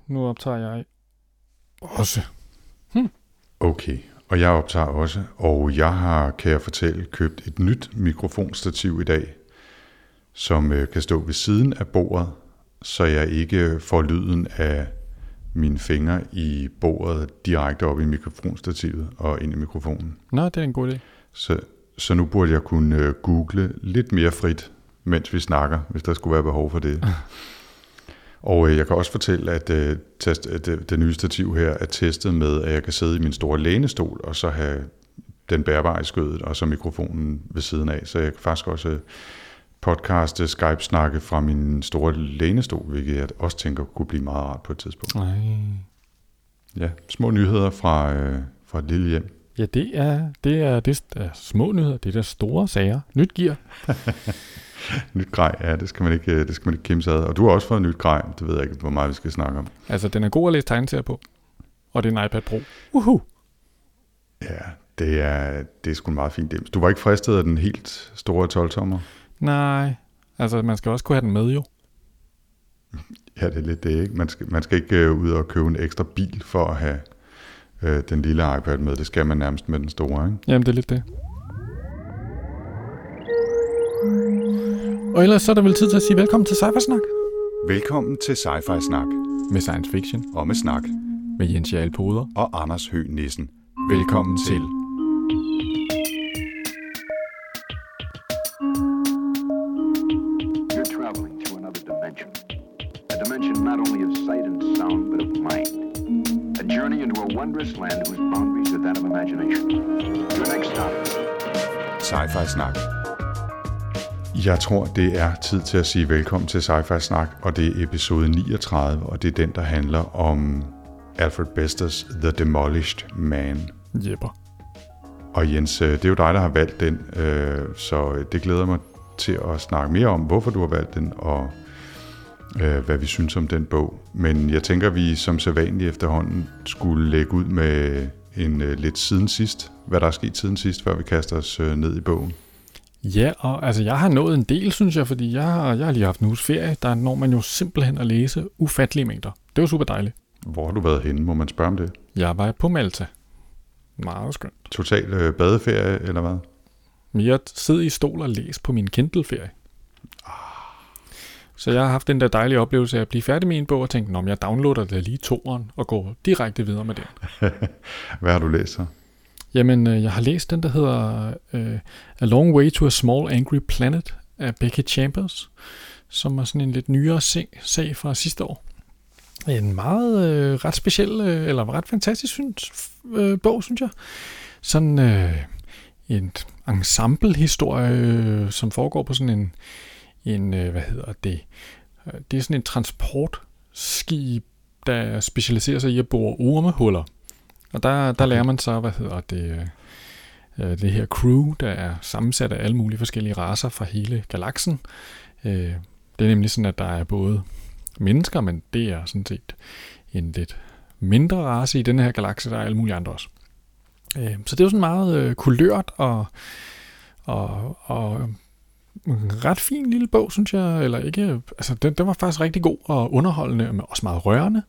Nu optager jeg også. Okay, og jeg optager også, og jeg har, kan jeg fortælle, købt et nyt mikrofonstativ i dag, som kan stå ved siden af bordet, så jeg ikke får lyden af mine fingre i bordet direkte op i mikrofonstativet og ind i mikrofonen. Nå, det er en god idé. Så nu burde jeg kunne google lidt mere frit, mens vi snakker, hvis der skulle være behov for det. Og jeg kan også fortælle, at det nye stativ her er testet med, at jeg kan sidde i min store lænestol, og så have den bærbare i skødet, og så mikrofonen ved siden af. Så jeg kan faktisk også podcaste, Skype-snakke fra min store lænestol, hvilket jeg også tænker kunne blive meget rart på et tidspunkt. Nej. Ja, små nyheder fra et lille hjem. Ja, det er små nyheder. Det er der store sager. Nyt gear. Nyt grej, ja, det skal man ikke kimse ad. Og du har også fået nyt grej, det ved jeg ikke, hvor meget vi skal snakke om. Altså, den er god at læse tegneserier på. Og det er en iPad Pro. Ja, det er sgu meget fint dims. Du var ikke fristet af den helt store 12-tommer? Nej, altså man skal også kunne have den med jo. Ja, det er lidt det, ikke? Man skal ikke ud og købe en ekstra bil for at have den lille iPad med. Det skal man nærmest med den store, ikke? Jamen, det er lidt det. Og ellers så er der vel tid til at sige velkommen til Sci-Fi Snak. Velkommen til Sci-Fi Snak. Med science fiction. Og med snak. Med Jens Jarl Poder. Og Anders Høgh Nissen. Velkommen til. You're traveling to another dimension. A dimension not only of sight and sound, but of mind. A journey into a wondrous land whose boundaries are that of imagination. Your next stop. Sci-Fi Snak. Jeg tror, det er tid til at sige velkommen til Sci-Fi Snak, og det er episode 39, og det er den, der handler om Alfred Besters The Demolished Man. Jepper. Og Jens, det er jo dig, der har valgt den, så det glæder mig til at snakke mere om, hvorfor du har valgt den, og hvad vi synes om den bog. Men jeg tænker, vi som sædvanligt efterhånden skulle lægge ud med en lidt siden sidst, hvad der er sket siden sidst, før vi kaster os ned i bogen. Ja, og altså jeg har nået en del, synes jeg, fordi jeg har lige haft en uges ferie. Der når man jo simpelthen at læse ufattelige mængder. Det var super dejligt. Hvor har du været henne, må man spørge om det? Jeg var på Malta. Meget skønt. Total badeferie, eller hvad? Men jeg sidder i stol og læser på min Kindle-ferie. Så jeg har haft den der dejlige oplevelse af at blive færdig med en bog og tænke, nå, jeg downloader det lige 2'eren og går direkte videre med den. Hvad har du læst så? Jamen, jeg har læst den, der hedder A Long Way to a Small Angry Planet af Becky Chambers, som er sådan en lidt nyere sag fra sidste år. En meget ret speciel, eller ret fantastisk bog, synes jeg. Sådan en ensemble-historie, som foregår på sådan en hvad hedder det? Det er sådan en transportskib, der specialiserer sig i at bore ormehuller. Og der lærer man så, hvad hedder det her crew, der er sammensat af alle mulige forskellige racer fra hele galaksen. Det er nemlig sådan, at der er både mennesker, men det er sådan set en lidt mindre race i den her galakse, der er alle mulige andre også. Så det er jo sådan meget kulørt og en ret fin lille bog, synes jeg. Eller ikke, altså den var faktisk rigtig god og underholdende, men også meget rørende.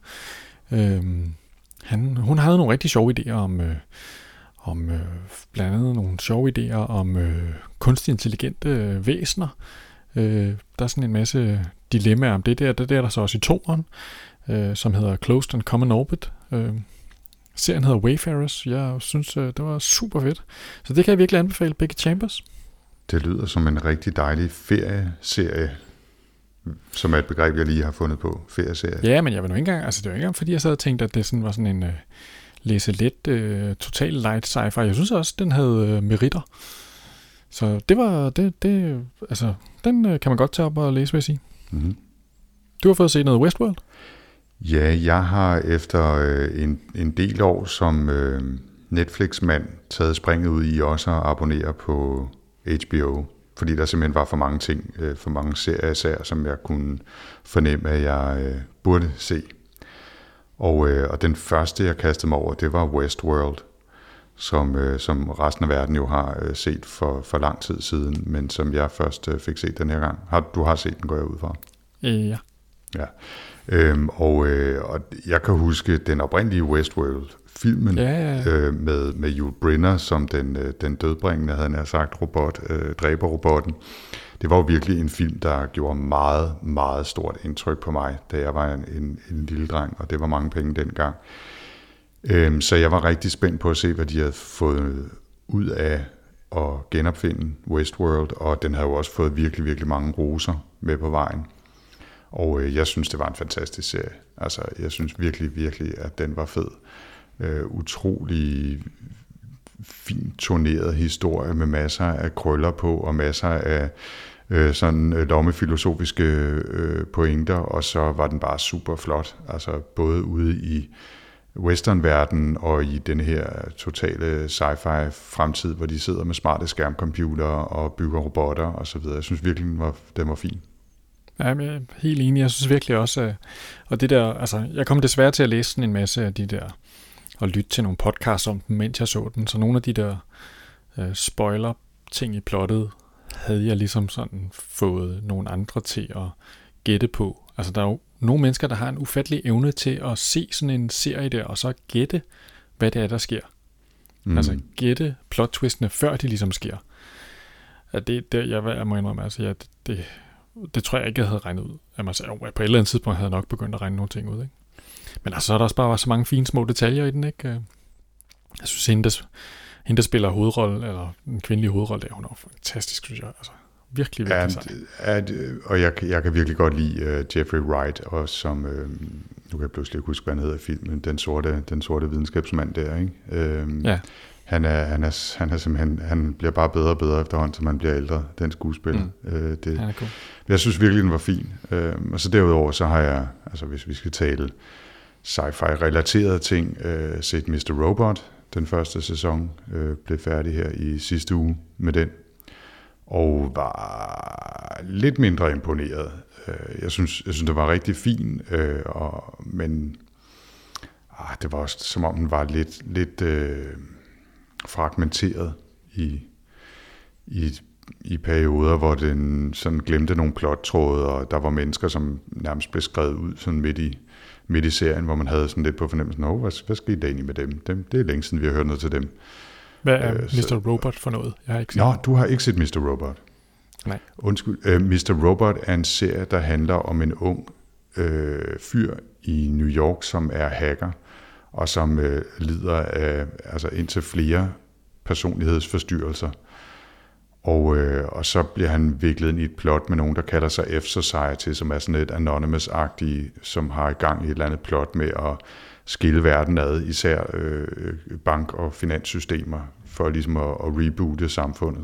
Hun havde nogle rigtig sjove idéer om blandt andet nogle sjove idéer om kunstig intelligente væsener. Der er sådan en masse dilemmaer om det der. Det er der så også i 2'eren, som hedder Closed and Common Orbit. Serien hedder Wayfarers. Jeg synes, det var super fedt. Så det kan jeg virkelig anbefale, Becky Chambers. Det lyder som en rigtig dejlig ferieserie, som er et begreb, jeg lige har fundet på. Ferieserie. Ja, men jeg vil nu ikke engang, altså det var ikke engang, fordi jeg sad og tænkte, at det sådan var sådan en læse let, total light sci-fi. Jeg synes også, den havde meritter. Så det var, altså, den kan man godt tage op og læse, vil jeg sige. Mm-hmm. Du har fået set noget Westworld? Ja, jeg har efter en del år som Netflix-mand taget springet ud i også at abonnere på HBO, fordi der simpelthen var for mange ting, for mange serier, som jeg kunne fornemme, at jeg burde se. Og den første, jeg kastede mig over, det var Westworld, som resten af verden jo har set for lang tid siden, men som jeg først fik set den her gang. Du har set den, går jeg ud fra? Ja. Ja, og jeg kan huske den oprindelige Westworld-filmen med Yul Brynner som den dødbringende, havde han sagt, dræberrobotten. Det var jo virkelig en film, der gjorde meget, meget stort indtryk på mig, da jeg var en lille dreng, og det var mange penge dengang. Så jeg var rigtig spændt på at se, hvad de havde fået ud af at genopfinde Westworld, og den havde jo også fået virkelig, virkelig mange roser med på vejen. Og jeg synes, det var en fantastisk serie. Altså, jeg synes virkelig, virkelig, at den var fed. Utrolig fint turneret historie med masser af krøller på, og masser af sådan lommefilosofiske pointer, og så var den bare super flot. Altså, både ude i westernverden og i den her totale sci-fi fremtid, hvor de sidder med smarte skærmcomputere og bygger robotter og så videre. Jeg synes virkelig, den var fin. Ja, jeg er helt enig. Jeg synes virkelig også, og det der, altså, jeg kom desværre til at læse sådan en masse af de der, og lytte til nogle podcasts om dem, mens jeg så den, så nogle af de der spoiler-ting i plottet, havde jeg ligesom sådan fået nogle andre til at gætte på. Altså, der er jo nogle mennesker, der har en ufattelig evne til at se sådan en serie der, og så gætte, hvad det er, der sker. Altså, gætte plot-twistene, før de ligesom sker. Ja, det jeg må indrømme, altså, det tror jeg ikke, jeg havde regnet ud. Altså, på et eller andet tidspunkt havde jeg nok begyndt at regne nogle ting ud, ikke? Men altså, så er der også bare så mange fine små detaljer i den, ikke? Jeg synes, hende, der spiller hovedrolle, eller den kvindelige hovedrolle, hun er fantastisk, synes jeg. Altså, virkelig, virkelig sej. Og jeg kan virkelig godt lide Jeffrey Wright, også som, nu kan jeg pludselig ikke huske, hvad han hedder i filmen, den sorte videnskabsmand der, ikke? Ja. Han er simpelthen, han bliver bare bedre og bedre efterhånden, som man bliver ældre, den skuespiller. Han er cool. Jeg synes virkelig, den var fin. Og så derudover, så har jeg, altså hvis vi skal tale sci-fi-relaterede ting, set Mr. Robot. Den første sæson blev færdig her i sidste uge med den, og var lidt mindre imponeret. Jeg synes, det var rigtig fin, men det var også, som om den var lidt fragmenteret i perioder, hvor den sådan glemte nogle plottråde, og der var mennesker, som nærmest blev skrevet ud sådan midt i serien, hvor man havde sådan lidt på fornemmelsen, hvad skete der egentlig med dem? Det er længe siden, vi har hørt noget til dem. Hvad er Mr. Robot for noget? Jeg har ikke set. Nå, du har ikke set Mr. Robot? Nej. Undskyld. Mr. Robot er en serie, der handler om en ung fyr i New York, som er hacker, og som lider af indtil flere personlighedsforstyrrelser. Og så bliver han viklet ind i et plot med nogen, der kalder sig F-Society, som er sådan et anonymous-agtigt, som har i gang i et eller andet plot med at skille verden ad, især bank- og finanssystemer, for ligesom at reboote samfundet.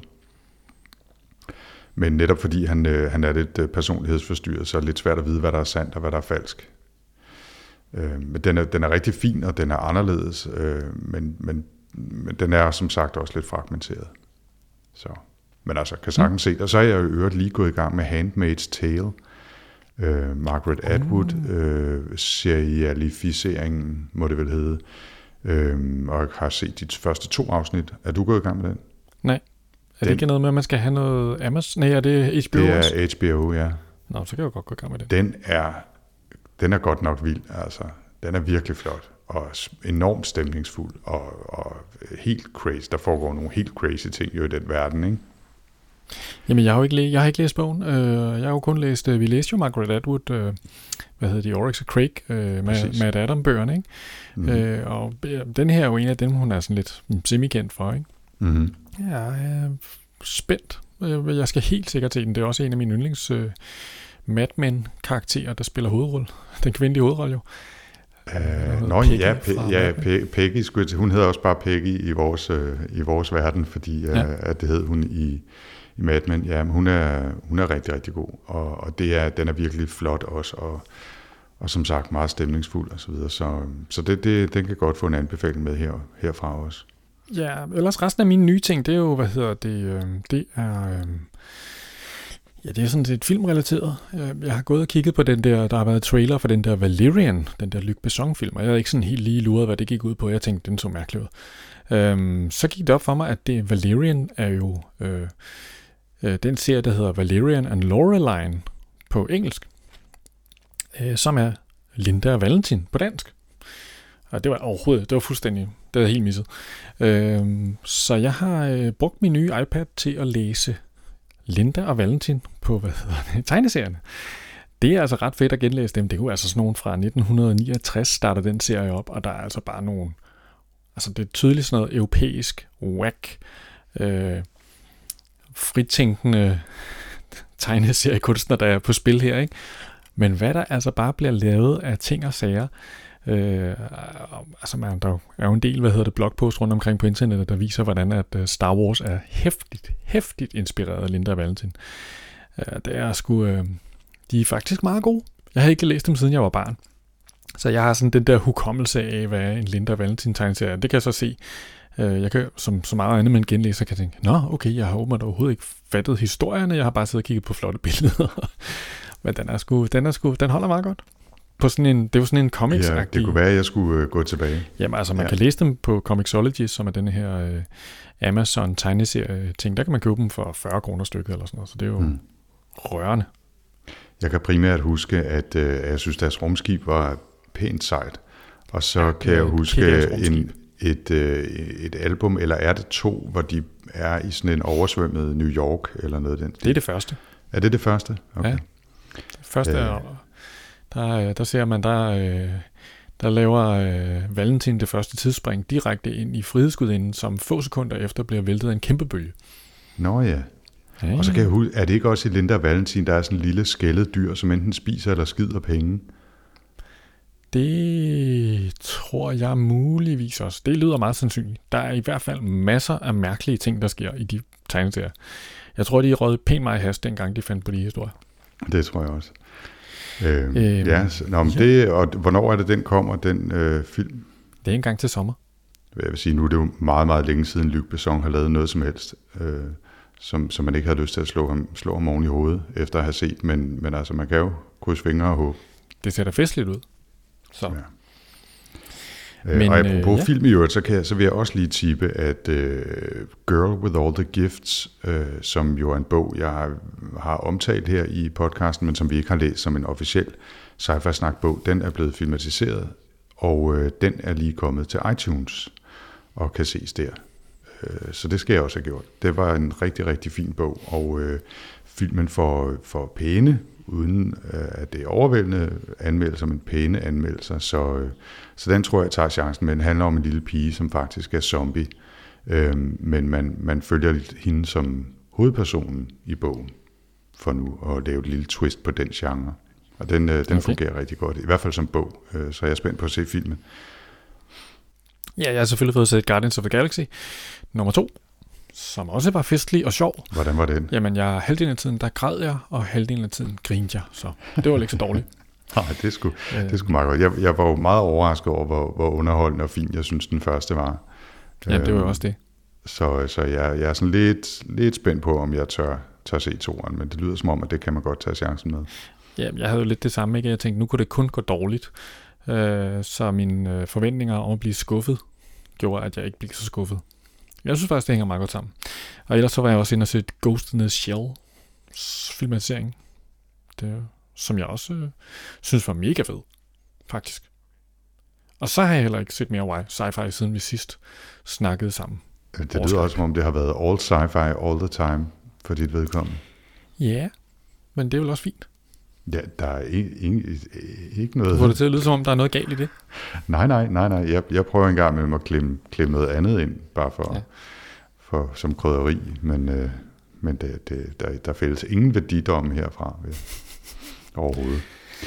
Men netop fordi han er lidt personlighedsforstyrret, så er det lidt svært at vide, hvad der er sandt og hvad der er falsk. Men den er rigtig fin, og den er anderledes, men den er som sagt også lidt fragmenteret. Så. Men altså, kan sagtens se. Og så er jeg jo øvrigt lige gået i gang med Handmaid's Tale. Margaret Atwood, serialificeringen, må det vel hedde. Og jeg har set de første 2 afsnit. Er du gået i gang med den? Nej. Er det ikke noget med, at man skal have noget Amazon? Nej, er det HBO? Det er HBO, ja. Nå, så kan jeg jo godt gå i gang med det. Den er godt nok vild, altså. Den er virkelig flot, og enormt stemningsfuld, og helt crazy. Der foregår nogle helt crazy ting jo i den verden, ikke? Jamen, jeg har ikke læst bogen. Jeg har jo kun læst, vi læste jo Margaret Atwood, Oryx og Craig, med Adam-bøgerne, ikke? Mm-hmm. Og den her er jo en af dem, hun er sådan lidt semi-kendt for, ikke? Mm-hmm. Jeg er spændt. Jeg skal helt sikkert se den. Det er også en af mine yndlings Mad Men-karakterer, der spiller hovedrolle. Den kvindelige hovedrolle jo. Peggy. Hun hedder også bare Peggy i vores verden, fordi at det hed hun i Mad Men. Ja, hun er rigtig, rigtig god, og den er virkelig flot også, og som sagt meget stemningsfuld og så videre. Så den kan godt få en anbefaling med herfra også. Ja, ellers resten af mine nye ting, det er jo, det er sådan set filmrelateret. Jeg har gået og kigget på den der har været trailer for den der Valerian, den der Luc Besson-film, og jeg havde ikke sådan helt lige luret, hvad det gik ud på. Jeg tænkte, den så mærkelig ud. Så gik det op for mig, at Valerian er jo den serie, der hedder Valerian and Laureline på engelsk. som er Linda og Valentin på dansk. Og det var fuldstændig, det var helt misset. Så jeg har brugt min nye iPad til at læse Linda og Valentin på, tegneserierne. Det er altså ret fedt at genlæse dem. Det er jo altså sådan nogen fra 1969, starter den serie op, og der er altså bare nogen, altså det er tydeligt sådan noget europæisk, whack, fritænkende tegneseriekunstner, der er på spil her, ikke? Men hvad der altså bare bliver lavet af ting og sager, altså der er jo en del, blogpost rundt omkring på internettet, der viser, hvordan at Star Wars er hæftigt inspireret af Linda og Valentin. Det er sgu, de er faktisk meget gode. Jeg har ikke læst dem, siden jeg var barn. Så jeg har sådan den der hukommelse af, hvad en Linda og Valentin tegneserie. Det kan jeg så se. Jeg kan, som så meget andet, men genlæser, kan tænke, nå, okay, jeg har overhovedet ikke fattet historierne, jeg har bare siddet og kigget på flotte billeder. Men den holder meget godt. På sådan en, det er jo sådan en comics-agtig. Ja, det kunne være, at jeg skulle gå tilbage. Jamen altså, man kan læse dem på Comixology, som er denne her Amazon tegneserie ting. Der kan man købe dem for 40 kroner stykket eller sådan noget, så det er jo rørende. Jeg kan primært huske, at jeg synes, deres rumskib var pænt sejt. Og så kan jeg huske et album, eller er det 2, hvor de er i sådan en oversvømmet New York, eller noget af den. Det er det første. Er det første? Okay. Ja. Det første der ser man, der laver Valentin det første tidsspring direkte ind i Frihedsgudinden, som få sekunder efter bliver væltet af en kæmpe bølge. Nå ja. Og så kan jeg huske, er det ikke også i Linda og Valentin, der er sådan en lille skældet dyr, som enten spiser eller skider penge? Det tror jeg muligvis også. Det lyder meget sandsynligt. Der er i hvert fald masser af mærkelige ting, der sker i de tegneserier. Jeg tror, de rød pænt meget i hast, dengang de fandt på de historier. Det tror jeg også. Det, og hvornår er det, den kommer, den film? Det er en gang til sommer. Jeg vil sige, nu er det jo meget, meget længe siden Luc Besson har lavet noget som helst, som man ikke havde lyst til at slå ham oven i hovedet, efter at have set, men altså, man kan jo krydse fingre og håbe. Det ser da festligt ud. Så. Ja. Men, og apropos film i øvrigt, så vil jeg også lige tippe, at Girl with All the Gifts, som jo er en bog, jeg har omtalt her i podcasten, men som vi ikke har læst som en officiel sci-fi-snak-bog, den er blevet filmatiseret, og den er lige kommet til iTunes og kan ses der. Så det skal jeg også have gjort. Det var en rigtig, rigtig fin bog, og filmen får pæne, uden at det er overvældende anmeldelser, men pæne anmeldelser. Så den tror jeg tager chancen, men den handler om en lille pige, som faktisk er zombie. Men man følger hende som hovedpersonen i bogen, for nu at lave et lille twist på den genre. Og den fungerer rigtig godt, i hvert fald som bog, så jeg er spændt på at se filmen. Ja, jeg har selvfølgelig fået set Guardians of the Galaxy nummer 2, som også var festlig og sjov. Hvordan var den? Jamen, halvdelen af tiden, der græd jeg, og halvdelen af tiden grinede jeg, så det var ikke så dårligt. Nej, det er sgu meget godt. Jeg var jo meget overrasket over, hvor underholdende og fin jeg synes, den første var. Ja, det var jo også det. Så jeg er sådan lidt spændt på, om jeg tør se toeren, men det lyder som om, at det kan man godt tage chancen med. Ja, jeg havde jo lidt det samme, ikke? Jeg tænkte, nu kunne det kun gå dårligt, så mine forventninger om at blive skuffet, gjorde, at jeg ikke blev så skuffet. Jeg synes faktisk, det hænger meget godt sammen. Og ellers så var jeg også inde og set Ghost in the Shell filmatisering, som jeg også synes var mega fed, faktisk. Og så har jeg heller ikke set mere sci-fi, siden vi sidst snakkede sammen. Det lyder også, som om det har været all sci-fi all the time for dit vedkommende. Ja, men det er jo også fint. Ja, der er ikke noget... Får det til at lyde, som om der er noget galt i det? Nej. Jeg prøver engang med at klemme noget andet ind, bare for som krydderi, men der fælles ingen værdidom herfra overhovedet.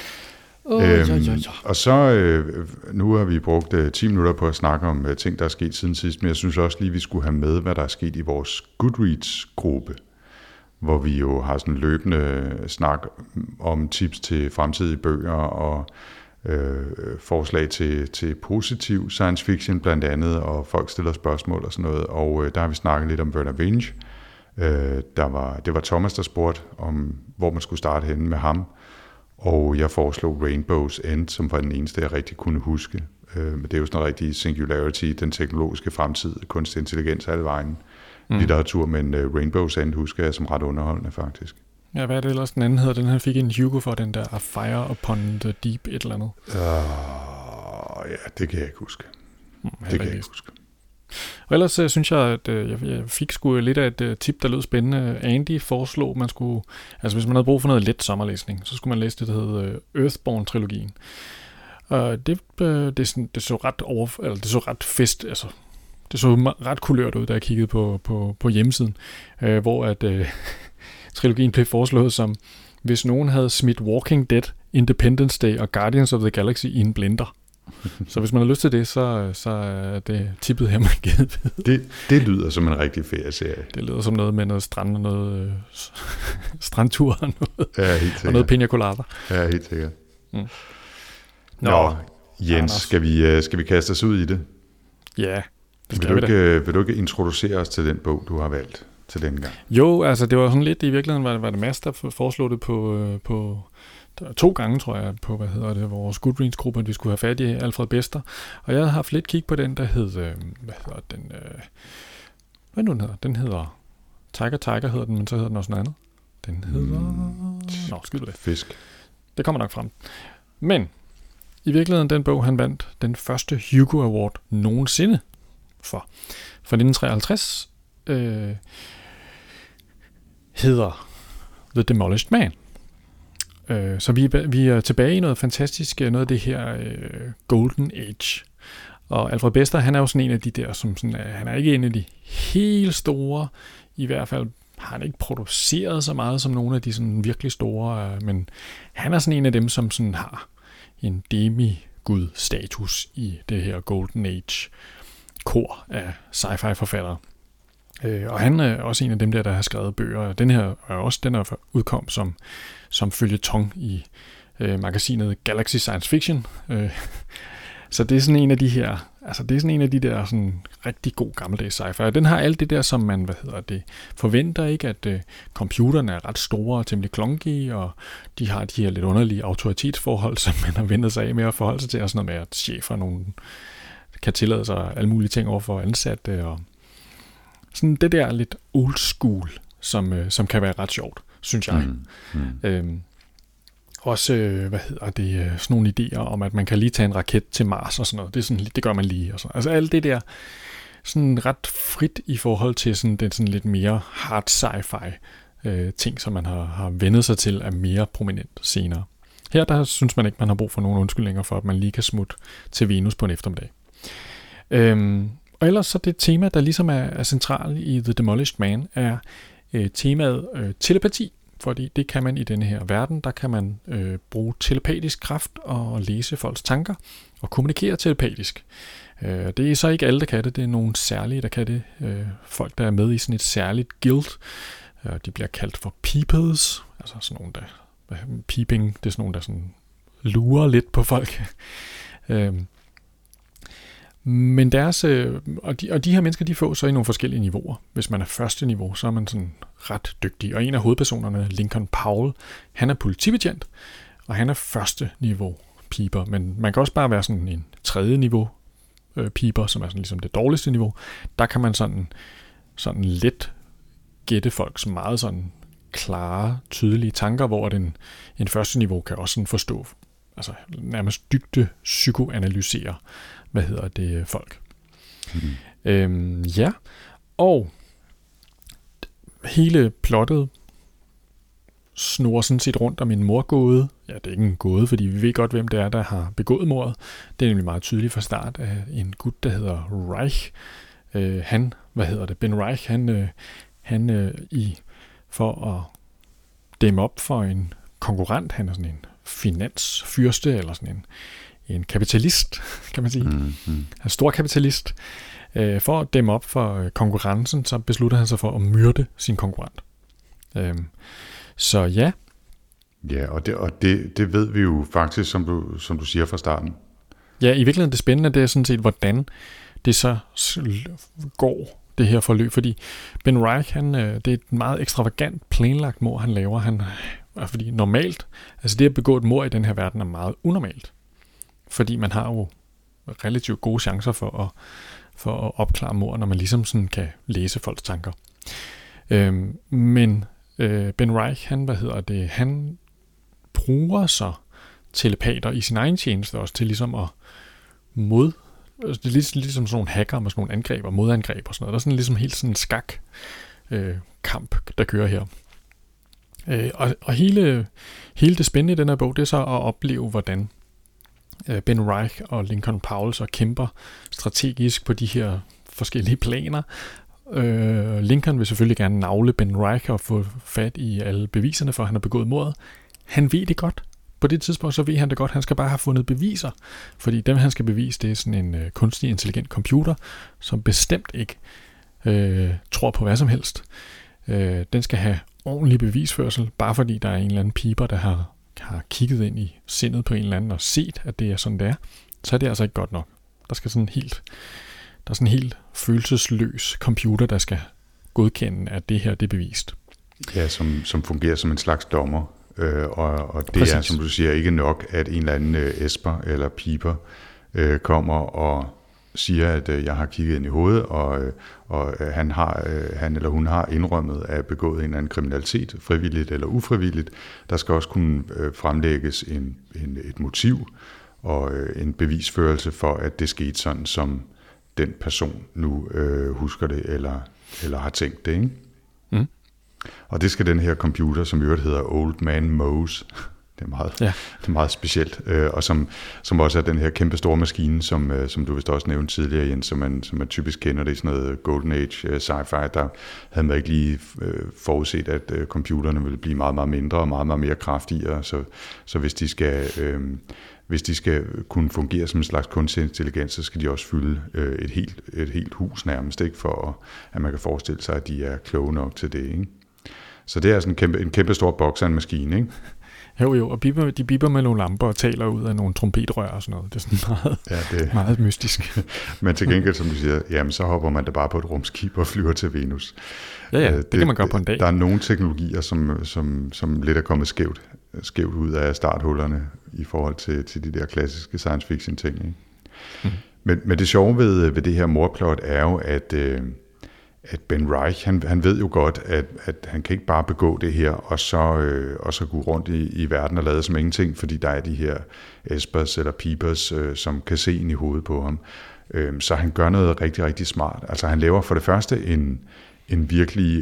Og så nu har vi brugt 10 minutter på at snakke om ting, der er sket siden sidst, men jeg synes også lige, vi skulle have med, hvad der er sket i vores Goodreads-gruppe, hvor vi jo har sådan løbende snak om tips til fremtidige bøger og forslag til positiv science fiction blandt andet, og folk stiller spørgsmål og sådan noget, og der har vi snakket lidt om Vernor Vinge. Det var Thomas, der spurgte om, hvor man skulle starte henne med ham, og jeg foreslog Rainbow's End, som var den eneste, jeg rigtig kunne huske. Det er jo sådan en rigtig singularity, den teknologiske fremtid, kunstig intelligens alle vejen, litteratur, men Rainbow's End husker jeg som ret underholdende faktisk. Ja, hvad er det ellers den anden hedder? Den her fik en Hugo for, den der A Fire Upon the Deep et eller andet. Ja, det kan jeg ikke huske. Det kan jeg ikke huske. Og ellers synes jeg, at jeg fik sgu lidt af et tip, der lød spændende. Andy foreslog, man skulle, altså hvis man havde brug for noget let sommerlæsning, så skulle man læse det, der hedder Earthborn-trilogien. Det så ret fest, altså det så ret kulørt ud, da jeg kiggede på hjemmesiden, hvor at trilogien blev foreslået som, hvis nogen havde smidt Walking Dead, Independence Day og Guardians of the Galaxy i en blender. Så hvis man har lyst til det, så er det tippet her, man givet. Det lyder som en rigtig ferieserie. Det lyder som noget med noget strand og noget strandtur og noget, ja, helt og noget pina colada. Ja, helt sikkert. Nå, Jens, skal vi kaste os ud i det? Ja, det skal vi da. Vil du ikke introducere os til den bog, du har valgt til denne gang? Jo, altså det var sådan lidt, i virkeligheden var det Mads, der foreslog det på 2 gange, tror jeg, på, vores Goodreads-gruppe, at vi skulle have fat i Alfred Bester. Og jeg har haft lidt kig på den, der hed, hvad nu den hedder? Den hedder Tiger hedder den, men så hedder den også noget andet. Den hedder... skyd det. Fisk. Det kommer nok frem. Men i virkeligheden, den bog, han vandt den første Hugo Award nogensinde for 1953, hedder The Demolished Man. Så vi er tilbage i noget fantastisk, noget af det her Golden Age. Og Alfred Bester, han er jo sådan en af de der, som sådan, han er ikke en af de helt store, i hvert fald har han ikke produceret så meget som nogle af de sådan virkelig store, men han er sådan en af dem, som sådan har en demigud-status i det her Golden Age-kor af sci-fi forfattere. Og han er også en af dem der har skrevet bøger. Den er udkom som føljeton i magasinet Galaxy Science Fiction. Så det er sådan en af de her, altså det er sådan en af de der sådan rigtig god gammeldags sci-fi. Og den har alt det der, som man, forventer, ikke, at computerne er ret store og temmelig klonky, og de har de her lidt underlige autoritetsforhold, som man har vendt sig af med at forholde sig til, og sådan noget med, at chefer nogen kan tillade sig alle mulige ting over for ansatte, og sådan det der lidt old school, som kan være ret sjovt, synes jeg. Også, sådan nogle idéer om, at man kan lige tage en raket til Mars og sådan noget. Det gør man lige. Og sådan. Altså alt det der, sådan ret frit i forhold til sådan, den sådan lidt mere hard sci-fi ting, som man har vendet sig til, er mere prominent senere. Her der synes man ikke, man har brug for nogen undskyldninger for, at man lige kan smutte til Venus på en eftermiddag. Og ellers så det tema, der ligesom er centralt i The Demolished Man, er temaet telepati. Fordi det kan man i denne her verden, der kan man bruge telepatisk kraft og læse folks tanker og kommunikere telepatisk. Det er så ikke alle, der kan det. Det er nogle særlige, der kan det. Folk, der er med i sådan et særligt guild. De bliver kaldt for peepers. Altså sådan nogle, der... Peeping, det er sådan nogle, der sådan lurer lidt på folk. Men deres, og de her mennesker, de får så i nogle forskellige niveauer. Hvis man er første niveau, så er man sådan ret dygtig. Og en af hovedpersonerne, Lincoln Powell, han er politibetjent, og han er første niveau piper. Men man kan også bare være sådan en tredje niveau piper, som er sådan ligesom det dårligste niveau. Der kan man sådan let gætte folks meget sådan klare, tydelige tanker, hvor en første niveau kan også sådan forstå, altså nærmest dybde psykoanalysere, folk. Ja, og hele plottet snurrer sådan set rundt om en morgåde. Ja, det er ikke en gåde, fordi vi ved godt, hvem det er, der har begået mordet. Det er nemlig meget tydeligt fra start af en gut, der hedder Reich. Ben Reich, han for at dæmme op for en konkurrent, han er sådan en finansfyrste, eller sådan en kapitalist, kan man sige. Han er stor kapitalist. For at dæmme op for konkurrencen, så beslutter han sig for at myrde sin konkurrent. Så ja. Ja, og det ved vi jo faktisk, som du siger fra starten. Ja, i virkeligheden det spændende, det er sådan set, hvordan det så går, det her forløb. Fordi Ben Reich, det er et meget ekstravagant planlagt mord, han laver. Fordi normalt, altså det at begå et mord i den her verden er meget unormalt. Fordi man har jo relativt gode chancer for at opklare mord, når man ligesom sådan kan læse folks tanker. Men Ben Reich, han bruger så telepater i sin egen tjeneste også til ligesom at det er ligesom sådan nogle hacker med sådan nogle angreb og modangreb og sådan noget. Der er sådan ligesom helt sådan en skak kamp, der kører her. Og hele det spændende i den her bog, det er så at opleve, hvordan Ben Reich og Lincoln Powell så kæmper strategisk på de her forskellige planer. Lincoln vil selvfølgelig gerne navle Ben Reich og få fat i alle beviserne for, at han har begået mordet. Han ved det godt. På det tidspunkt så ved han det godt. Han skal bare have fundet beviser. Fordi dem, han skal bevise, det er sådan en kunstig intelligent computer, som bestemt ikke tror på hvad som helst. Den skal have ordentlig bevisførsel, bare fordi der er en eller anden piper, der har kigget ind i sindet på en eller anden og set, at det er sådan, det er. Så er det altså ikke godt nok. Der er sådan en helt følelsesløs computer, der skal godkende, at det her det er bevist. Ja, som fungerer som en slags dommer. Og det Præcis. er, som du siger, ikke nok, at en eller anden esper eller piper kommer og siger, at jeg har kigget ind i hovedet, og han eller hun har indrømmet at begået en eller anden kriminalitet, frivilligt eller ufrivilligt. Der skal også kunne fremlægges et motiv og en bevisførelse for, at det skete sådan, som den person nu husker det eller har tænkt det, ikke? Mm. Og det skal den her computer, som i øvrigt hedder Old Man Mose, det er meget specielt, og som også er den her kæmpe store maskine, som du vist også nævnte tidligere, Jens, som man typisk kender det i sådan noget Golden Age sci-fi. Der havde man ikke lige forudset, at computerne ville blive meget, meget mindre og meget, meget mere kraftigere, så hvis de skal kunne fungere som en slags kunstig intelligens, så skal de også fylde et helt hus nærmest, ikke, for at man kan forestille sig, at de er kloge nok til det, ikke? Så det er sådan en kæmpe stor boks af en maskine, ikke? Jo, og de bipper med nogle lamper og taler ud af nogle trompetrør og sådan noget. Det er sådan meget mystisk. Men til gengæld, som du siger, jamen så hopper man da bare på et rumskib og flyver til Venus. Ja, det kan man gøre på en dag. Der er nogle teknologier, som lidt er kommet skævt ud af starthullerne i forhold til de der klassiske science fiction ting, ikke? Mm. Men det sjove ved det her mordplot er jo, at Ben Reich, han ved jo godt, at han kan ikke bare begå det her, og så gå rundt i verden og lade som ingenting, fordi der er de her espers eller peepers, som kan se ind i hovedet på ham. Så han gør noget rigtig, rigtig smart. Altså han laver for det første en virkelig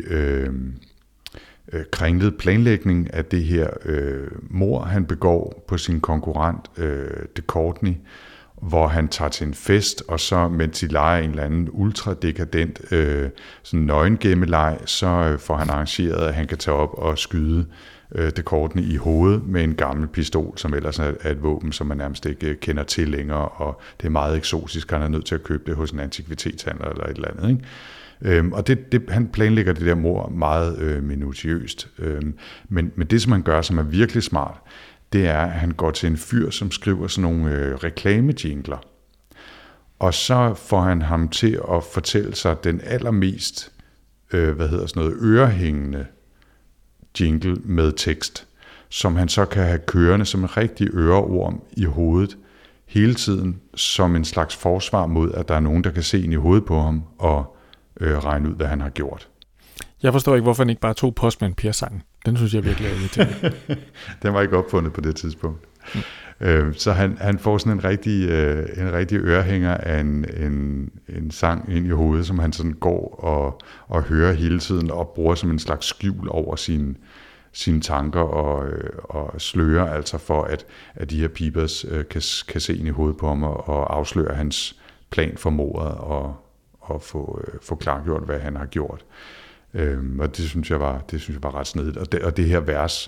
kringlet planlægning af det her mord, han begår på sin konkurrent Duchovny, hvor han tager til en fest, og så mens de leger en eller anden ultradekadent sådan nøgengemmeleg, så får han arrangeret, at han kan tage op og skyde Duchovny i hovedet med en gammel pistol, som ellers er et våben, som man nærmest ikke kender til længere, og det er meget eksotisk, han er nødt til at købe det hos en antikvitetshandler eller et eller andet, ikke? Og han planlægger det der mord meget minutiøst. Men det, som han gør, som er virkelig smart, det er, at han går til en fyr, som skriver sådan nogle reklamejingler. Og så får han ham til at fortælle sig den allermest ørehængende jingle med tekst, som han så kan have kørende som en rigtig øreorm i hovedet hele tiden, som en slags forsvar mod, at der er nogen, der kan se ind i hovedet på ham og regne ud, hvad han har gjort. Jeg forstår ikke, hvorfor han ikke bare tog Postman Per-sangen. Den synes jeg virkelig er irriterende. Den var ikke opfundet på det tidspunkt. Så han får sådan en rigtig ørehænger af en sang ind i hovedet, som han sådan går og hører hele tiden, og bruger som en slags skjul over sine tanker og slører altså for, at de her peepers kan se ind i hovedet på ham og afsløre hans plan for mordet og få klargjort, hvad han har gjort. Og det synes jeg var ret snedigt. Og det her vers,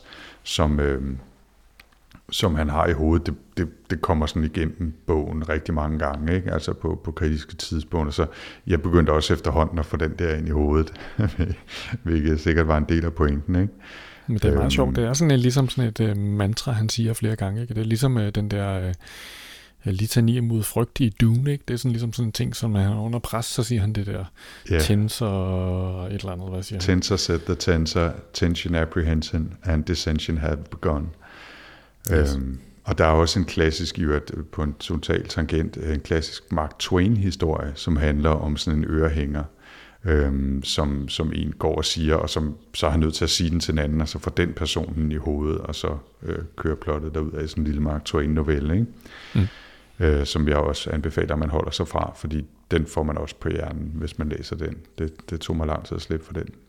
som han har i hovedet, det kommer sådan igennem bogen rigtig mange gange, ikke? Altså på kritiske tidspunkter. Så jeg begyndte også efterhånden at få den der ind i hovedet, hvilket sikkert var en del af pointen, ikke? Men det er meget sjovt. Det er sådan ligesom sådan et mantra, han siger flere gange, ikke? Det er ligesom den der litani mod frygt i Dune, ikke? Det er sådan ligesom sådan en ting, som er under pres, så siger han det der tensor og et eller andet, hvad siger han? Tensor set the tensor, tension, apprehension and dissension have begun. Yes. Og der er også en klassisk, på en total tangent, en klassisk Mark Twain-historie, som handler om sådan en ørehænger, som en går og siger, og som så er nødt til at sige den til en anden, og så får den personen i hovedet, og så kører plottet derud af sådan en lille Mark Twain-novelle, ikke? Som jeg også anbefaler, at man holder sig fra, fordi den får man også på hjernen, hvis man læser den. Det tog mig lang tid at slippe for den.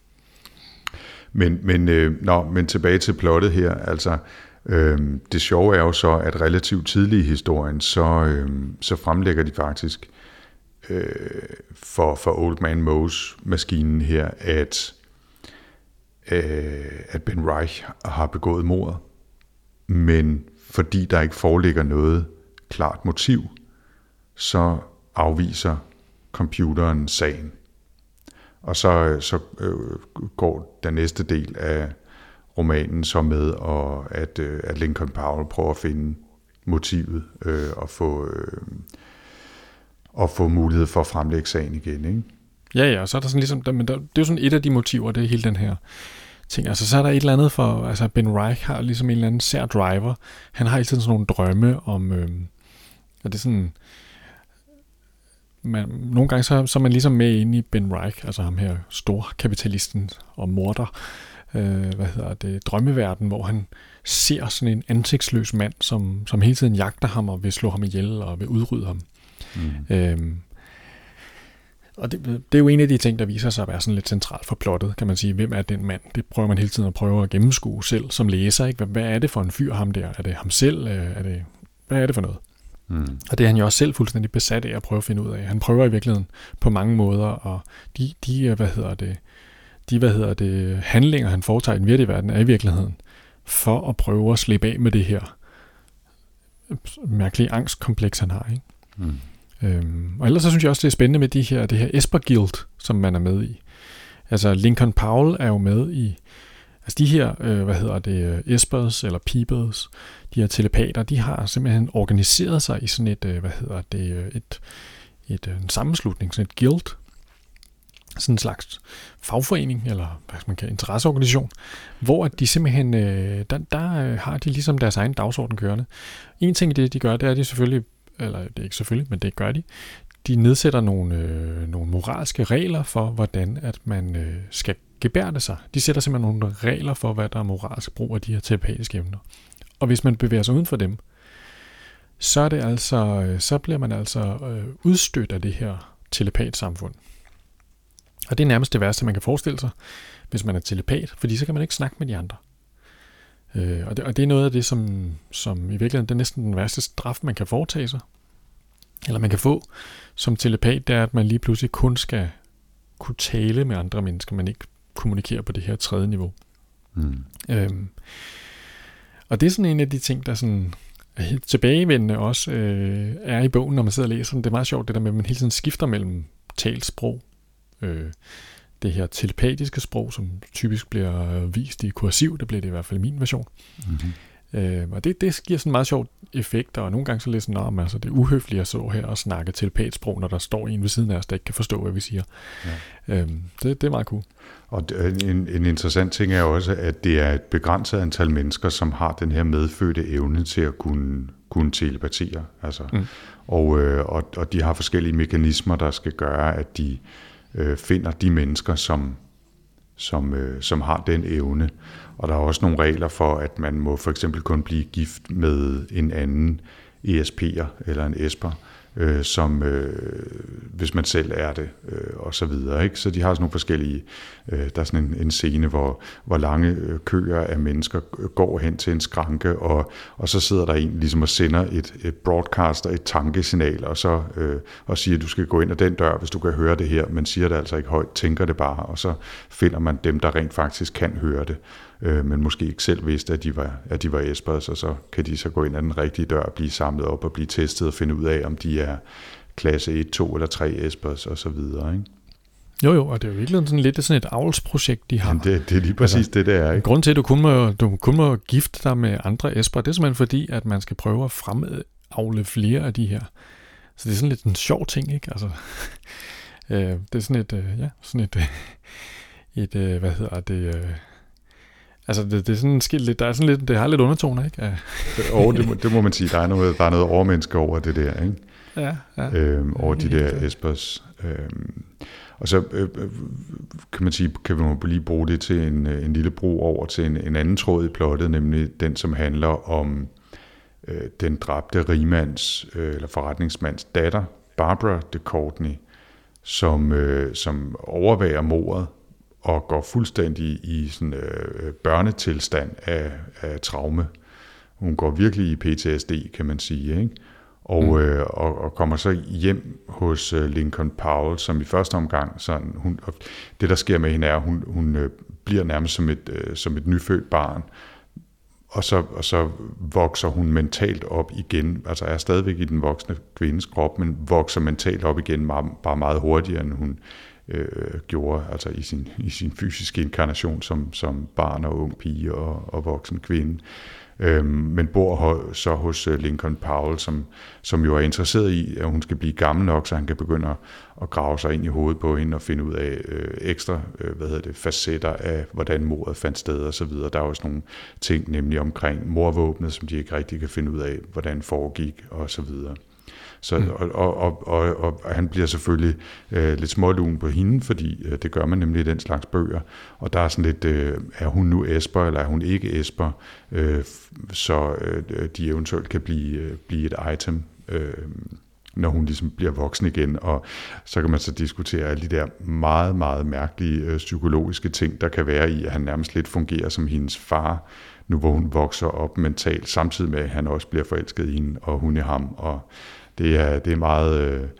Men tilbage til plottet her, altså det sjove er jo så, at relativt tidligt i historien, så fremlægger de faktisk for Old Man Moes-maskinen her, at Ben Reich har begået mordet, men fordi der ikke foreligger noget klart motiv, så afviser computeren sagen. Og så går den næste del af romanen så med, at Lincoln Powell prøver at finde motivet og få mulighed for at fremlægge sagen igen, ikke? Ja, så er der sådan ligesom, men det er jo sådan et af de motiver, det er hele den her ting. Altså så er der et eller andet for, altså Ben Reich har ligesom en eller anden sær driver. Han har altid sådan nogle drømme om, og det er sådan, nogle gange så er man ligesom med inde i Ben Reich, altså ham her storkapitalisten og morder, drømmeverden, hvor han ser sådan en ansigtsløs mand, som hele tiden jagter ham og vil slå ham ihjel og vil udrydde ham. Og det er jo en af de ting, der viser sig at være sådan lidt centralt for plottet, kan man sige. Hvem er den mand? Det prøver man hele tiden at prøve at gennemskue selv som læser, ikke? Hvad er det for en fyr, ham der? Er det ham selv? Hvad er det for noget? Og det er han jo også selv fuldstændig besat af at prøve at finde ud af. Han prøver i virkeligheden på mange måder, og de handlinger, han foretager i den virkelige verden, er i virkeligheden for at prøve at slippe af med det her mærkelige angstkompleks, han har, ikke? Og ellers så synes jeg også, det er spændende med det her Esper Guild, som man er med i. Altså Lincoln Powell er jo med i, altså de her, Espers eller Peepers, de her telepater, de har simpelthen organiseret sig i sådan en sammenslutning, sådan et guild, sådan en slags fagforening, eller hvad man kan, interesseorganisation, hvor de simpelthen, der har de ligesom deres egen dagsorden kørende. En ting, det de gør, det er de selvfølgelig, eller det er ikke selvfølgelig, men det gør de. De nedsætter nogle moralske regler for, hvordan at man skal gebærde sig. De sætter simpelthen nogle regler for, hvad der er moralsk brug af de her telepatiske evner. Og hvis man bevæger sig uden for dem, så er det altså, så bliver man altså udstødt af det her telepatsamfund. Og det er nærmest det værste, man kan forestille sig, hvis man er telepat, fordi så kan man ikke snakke med de andre. Og det er noget af det, som i virkeligheden det er næsten den værste straf, man kan foretage sig. Eller man kan få som telepat, det er, at man lige pludselig kun skal kunne tale med andre mennesker, man ikke kommunikerer på det her 3. niveau. Og det er sådan en af de ting, der sådan tilbagevendende også er i bogen, når man sidder og læser den. Det er meget sjovt, det der med, at man hele tiden skifter mellem talsprog, det her telepatiske sprog, som typisk bliver vist i kursiv, det bliver det i hvert fald i min version. Og det giver sådan en meget sjov effekt, og nogle gange så læser man, altså det er uhøfligt at stå her og snakke telepatsprog, når der står en ved siden af os, der ikke kan forstå, hvad vi siger. Ja. Det er meget cool. Og en interessant ting er også, at det er et begrænset antal mennesker, som har den her medfødte evne til at kunne telepatere. Altså. Og de har forskellige mekanismer, der skal gøre, at de finder de mennesker, som har den evne. Og der er også nogle regler for, at man må for eksempel kun blive gift med en anden ESP'er eller en Esper, hvis man selv er det, og så videre. Ikke? Så de har sådan nogle forskellige, der er sådan en scene, hvor lange køer af mennesker går hen til en skranke, og så sidder der en ligesom og sender et broadcaster, et tankesignal, og siger, at du skal gå ind ad den dør, hvis du kan høre det her, men siger det altså ikke højt, tænker det bare, og så finder man dem, der rent faktisk kan høre det, men måske ikke selv vidste, at de var Espers, og så kan de så gå ind ad den rigtige dør, blive samlet op og blive testet og finde ud af, om de er klasse 1, 2 eller 3 Espers og så videre, ikke? Jo, og det er jo virkelig sådan lidt sådan et avlsprojekt, de har. Jamen det er lige præcis altså, det er, ikke? Grunden til, at du kun må gifte dig med andre Esper, det er simpelthen fordi, at man skal prøve at fremavle flere af de her. Så det er sådan lidt en sjov ting, ikke? Altså, det er sådan altså det er sådan skilt lidt, der er sådan lidt, det har lidt undertoner, ikke? Det må man sige, der er noget overmenneske over det der, ikke? Ja. Over de der Espers. Og så kan man sige, kan vi lige bruge det til en lille bro over til en anden tråd i plottet, nemlig den, som handler om den dræbte rigmands eller forretningsmands datter, Barbara de Courtenay, som overværer mordet og går fuldstændig i sådan børnetilstand af traume. Hun går virkelig i PTSD, kan man sige, ikke? Og kommer så hjem hos Lincoln Powell, som i første omgang sådan, det der sker med hende er, at hun bliver nærmest som et nyfødt barn, og så vokser hun mentalt op igen, altså er stadigvæk i den voksne kvindes krop, men vokser mentalt op igen bare meget hurtigere, end hun gjorde, altså i sin fysiske inkarnation som barn og ung pige og voksen kvinde. Men bor så hos Lincoln Powell, som jo er interesseret i, at hun skal blive gammel nok, så han kan begynde at grave sig ind i hovedet på hende og finde ud af ekstra facetter af, hvordan mordet fandt sted og så videre. Der er også nogle ting, nemlig omkring mordvåbnet, som de ikke rigtig kan finde ud af, hvordan foregik og så videre. Så, og han bliver selvfølgelig lidt smålun på hende, fordi det gør man nemlig i den slags bøger. Og der er sådan lidt, er hun nu Esper, eller er hun ikke Esper, så de eventuelt kan blive et item, når hun ligesom bliver voksen igen. Og så kan man så diskutere alle de der meget, meget mærkelige psykologiske ting, der kan være i, at han nærmest lidt fungerer som hendes far, nu hvor hun vokser op mentalt, samtidig med, at han også bliver forelsket i hende, og hun i ham, og det er meget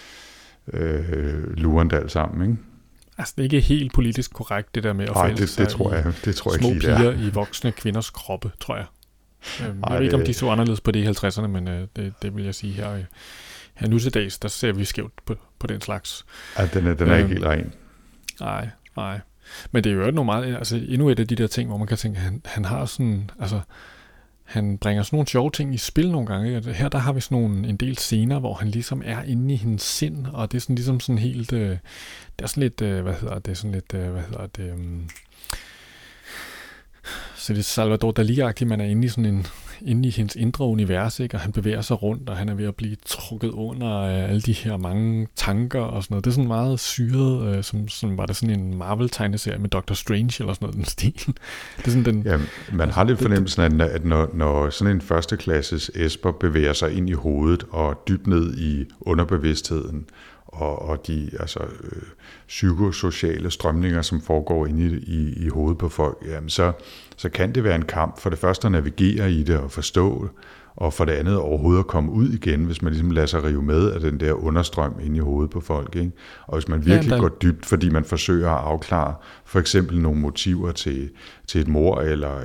lurende alt sammen, ikke? Altså, det er ikke helt politisk korrekt, det der med at forelske sig det tror jeg små ikke, piger i voksne kvinders kroppe, tror jeg. Jeg ved ikke, om de så anderledes på det i 50'erne, men det vil jeg sige her nu til dags, der ser vi skævt på den slags. Ja, den er ikke helt ren. Nej. Men det er jo noget meget, altså endnu et af de der ting, hvor man kan tænke, han har sådan, altså han bringer sådan nogle sjove ting i spil nogle gange. Her der har vi sådan en del scener, hvor han ligesom er inde i hendes sind, og det er sådan ligesom sådan helt, det er sådan lidt, så det er Salvador Dalí-agtigt, man er inde i hendes indre univers, ikke? Og han bevæger sig rundt, og han er ved at blive trukket under alle de her mange tanker og sådan noget. Det er sådan meget syret, som var der sådan en Marvel-tegneserie med Doctor Strange eller sådan noget, den stil. Det er sådan den, ja, man har lidt fornemmelsen af, at når sådan en førsteklasses Esper bevæger sig ind i hovedet og dybt ned i underbevidstheden, og de psykosociale strømninger, som foregår inde i hovedet på folk, jamen så kan det være en kamp for det første at navigere i det og forstå det, og for det andet overhovedet at komme ud igen, hvis man ligesom lader sig rive med af den der understrøm inde i hovedet på folk, ikke? Og hvis man virkelig går dybt, fordi man forsøger at afklare for eksempel nogle motiver til et mord eller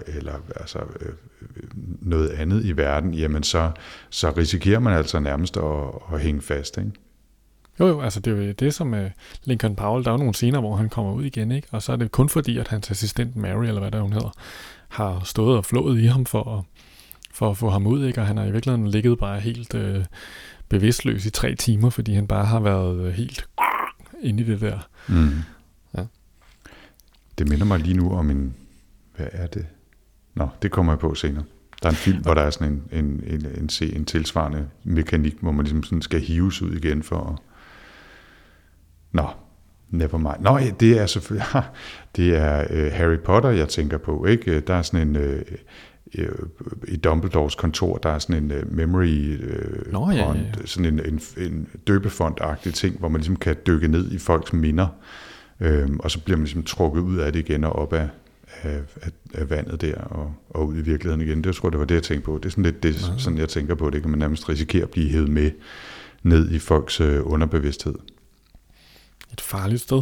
noget andet i verden, jamen så risikerer man altså nærmest at hænge fast, ikke? Jo, altså det er jo det som Lincoln Powell, der er jo nogle scener, hvor han kommer ud igen, ikke? Og så er det kun fordi, at hans assistent Mary, eller hvad der hun hedder, har stået og flået i ham for at få ham ud, ikke? Og han har i virkeligheden ligget bare helt bevidstløs i 3 timer, fordi han bare har været helt inde i det der. Mm. Ja. Det minder mig lige nu om hvad er det? Nå, det kommer jeg på senere. Der er en film, hvor der er sådan en tilsvarende mekanik, hvor man ligesom sådan skal hives ud igen for. Nå, never mind. Nå, det er selvfølgelig det er Harry Potter, jeg tænker på, ikke? Der er sådan en i Dumbledores kontor, der er sådan en memory font, sådan en døbefont-agtig ting, hvor man ligesom kan dykke ned i folks minder, og så bliver man ligesom trukket ud af det igen og op af vandet der og ud i virkeligheden igen. Det tror jeg, det var det, jeg tænkte på. Det er sådan lidt sådan, jeg tænker på. Det kan man nærmest risikere at blive hævet med ned i folks underbevidsthed. Et farligt sted.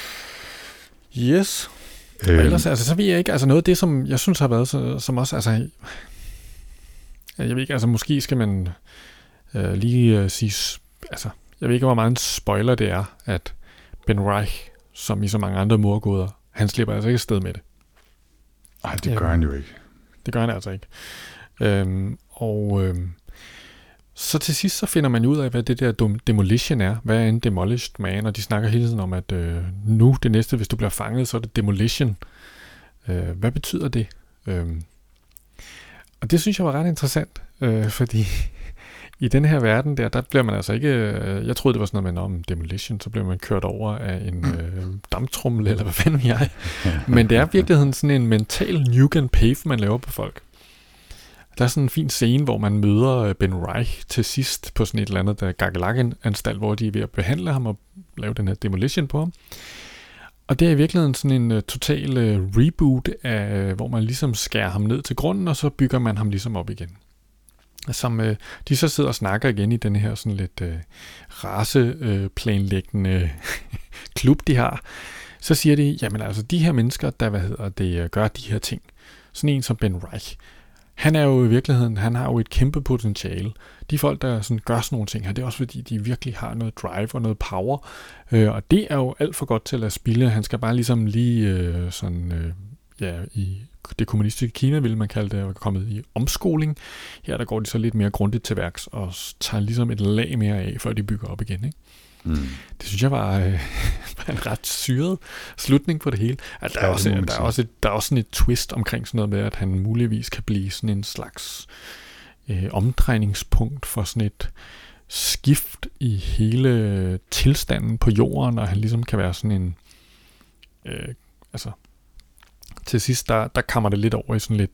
Yes. Ellers, altså, så ved jeg ikke, altså noget af det, som jeg synes har været, som også, altså, jeg ved ikke, altså måske skal man lige sige, altså, jeg ved ikke, hvor meget en spoiler det er, at Ben Reich, som i så mange andre mordgåder, han slipper altså ikke afsted med det. Nej, det gør han jo ikke. Det gør han altså ikke. Så til sidst så finder man ud af, hvad det der demolition er. Hvad er en demolished man? Og de snakker hele tiden om, at nu det næste, hvis du bliver fanget, så er det demolition. Hvad betyder det? Og det synes jeg var ret interessant, fordi i den her verden der bliver man altså ikke, jeg troede det var sådan noget med Demolition, så bliver man kørt over af en damptrumle, eller hvad fanden jeg. Men det er i virkeligheden sådan en mental nuke and pave, man laver på folk. Der er sådan en fin scene, hvor man møder Ben Reich til sidst på sådan et eller andet Gagelak-anstalt, hvor de er ved at behandle ham og lave den her demolition på ham. Og det er i virkeligheden sådan en total reboot, af, hvor man ligesom skærer ham ned til grunden, og så bygger man ham ligesom op igen. Som de så sidder og snakker igen i den her sådan lidt raceplanlæggende klub, de har. Så siger de, jamen altså de her mennesker, der gør de her ting. Sådan en som Ben Reich. Han er jo i virkeligheden, han har jo et kæmpe potentiale. De folk, der sådan gør sådan nogle ting her, det er også fordi, de virkelig har noget drive og noget power. Og det er jo alt for godt til at spilde. Han skal bare ligesom lige i det kommunistiske Kina, ville man kalde det, og kommet i omskoling. Her der går de så lidt mere grundigt til værks og tager ligesom et lag mere af, før de bygger op igen, ikke? Det synes jeg var en ret syret slutning på det hele. Altså, der er også sådan et twist omkring sådan noget med, at han muligvis kan blive sådan en slags omdrejningspunkt for sådan et skift i hele tilstanden på jorden, og han ligesom kan være sådan en til sidst der kommer det lidt over i sådan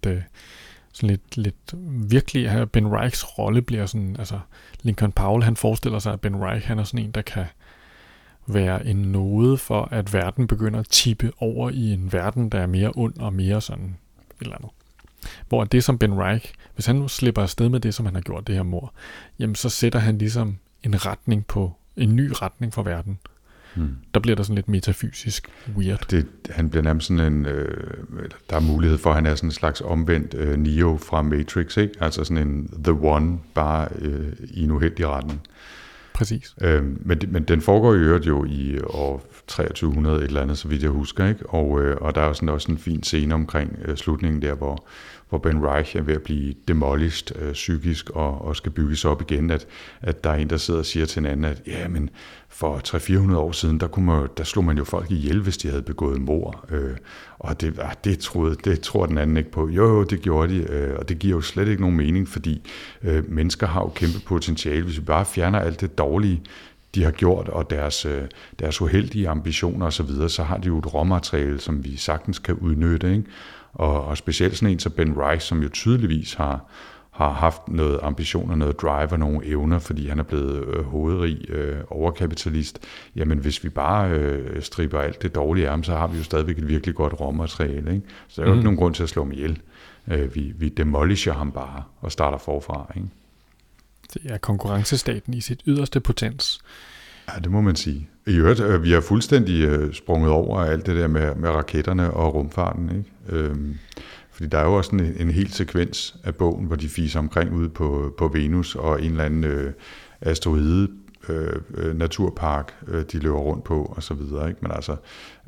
lidt virkelig her. Ben Reichs rolle bliver sådan, altså Lincoln Powell, han forestiller sig, at Ben Reich, han er sådan en, der kan være en nåde for, at verden begynder at tippe over i en verden, der er mere ond og mere sådan et eller andet. Hvor det som Ben Reich, hvis han nu slipper afsted med det, som han har gjort, det her mord, jamen så sætter han ligesom en ny retning for verden. Der bliver der sådan lidt metafysisk weird. Han bliver nærmest sådan en, der er mulighed for, at han er sådan en slags omvendt Neo fra Matrix, ikke? Altså sådan en The One, bare i en uheldig retning. Præcis. Men den foregår i øvrigt jo i år 2300 et eller andet, så vidt jeg husker, ikke? Og der er jo også en fin scene omkring slutningen der, hvor Ben Reich er ved at blive demolished psykisk og skal bygges op igen, at der er en, der sidder og siger til en anden, at ja, men for 300-400 år siden, der slog man jo folk ihjel, hvis de havde begået mord. Og det tror den anden ikke på. Jo, det gjorde de, og det giver jo slet ikke nogen mening, fordi mennesker har jo kæmpe potentiale. Hvis vi bare fjerner alt det dårlige, de har gjort, og deres uheldige ambitioner osv., så har de jo et råmateriale, som vi sagtens kan udnytte, ikke? Og specielt sådan en som Ben Reich, som jo tydeligvis har haft noget ambition og noget drive og nogle evner, fordi han er blevet hovedrig overkapitalist. Jamen hvis vi bare striber alt det dårlige af, så har vi jo stadigvæk et virkelig godt råmateriale, ikke? Så der er jo ikke nogen grund til at slå ham ihjel. Vi demolisher ham bare og starter forfra, ikke? Det er konkurrencestaten i sit yderste potens. Ja, det må man sige. I øvrigt, vi har fuldstændig sprunget over alt det der med raketterne og rumfarten, ikke? Fordi der er jo også en hel sekvens af bogen, hvor de fiser omkring ude på Venus og en eller anden asteroide naturpark, de løber rundt på og så videre, ikke? Men altså,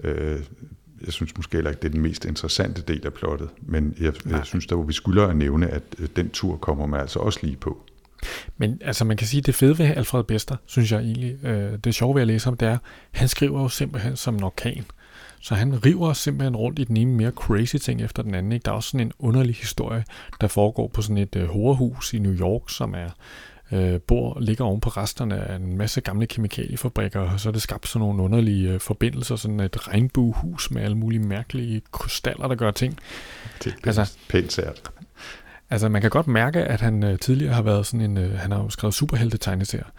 jeg synes måske heller ikke, det er den mest interessante del af plottet, men jeg synes, der hvor vi skylder at nævne, at den tur kommer man altså også lige på. Men altså man kan sige, det fede ved Alfred Bester, synes jeg egentlig, det sjove ved at læse om, det er, han skriver jo simpelthen som en orkan. Så han river simpelthen rundt i den ene mere crazy ting efter den anden, ikke? Der er også sådan en underlig historie, der foregår på sådan et horehus i New York, som ligger oven på resterne af en masse gamle kemikaliefabrikker, og så er det skabt sådan nogle underlige forbindelser, sådan et regnbuehus med alle mulige mærkelige krystaller, der gør ting. Det er pænt sært. Altså man kan godt mærke, at han tidligere har været sådan en, han har jo skrevet superhelte-tegneserier.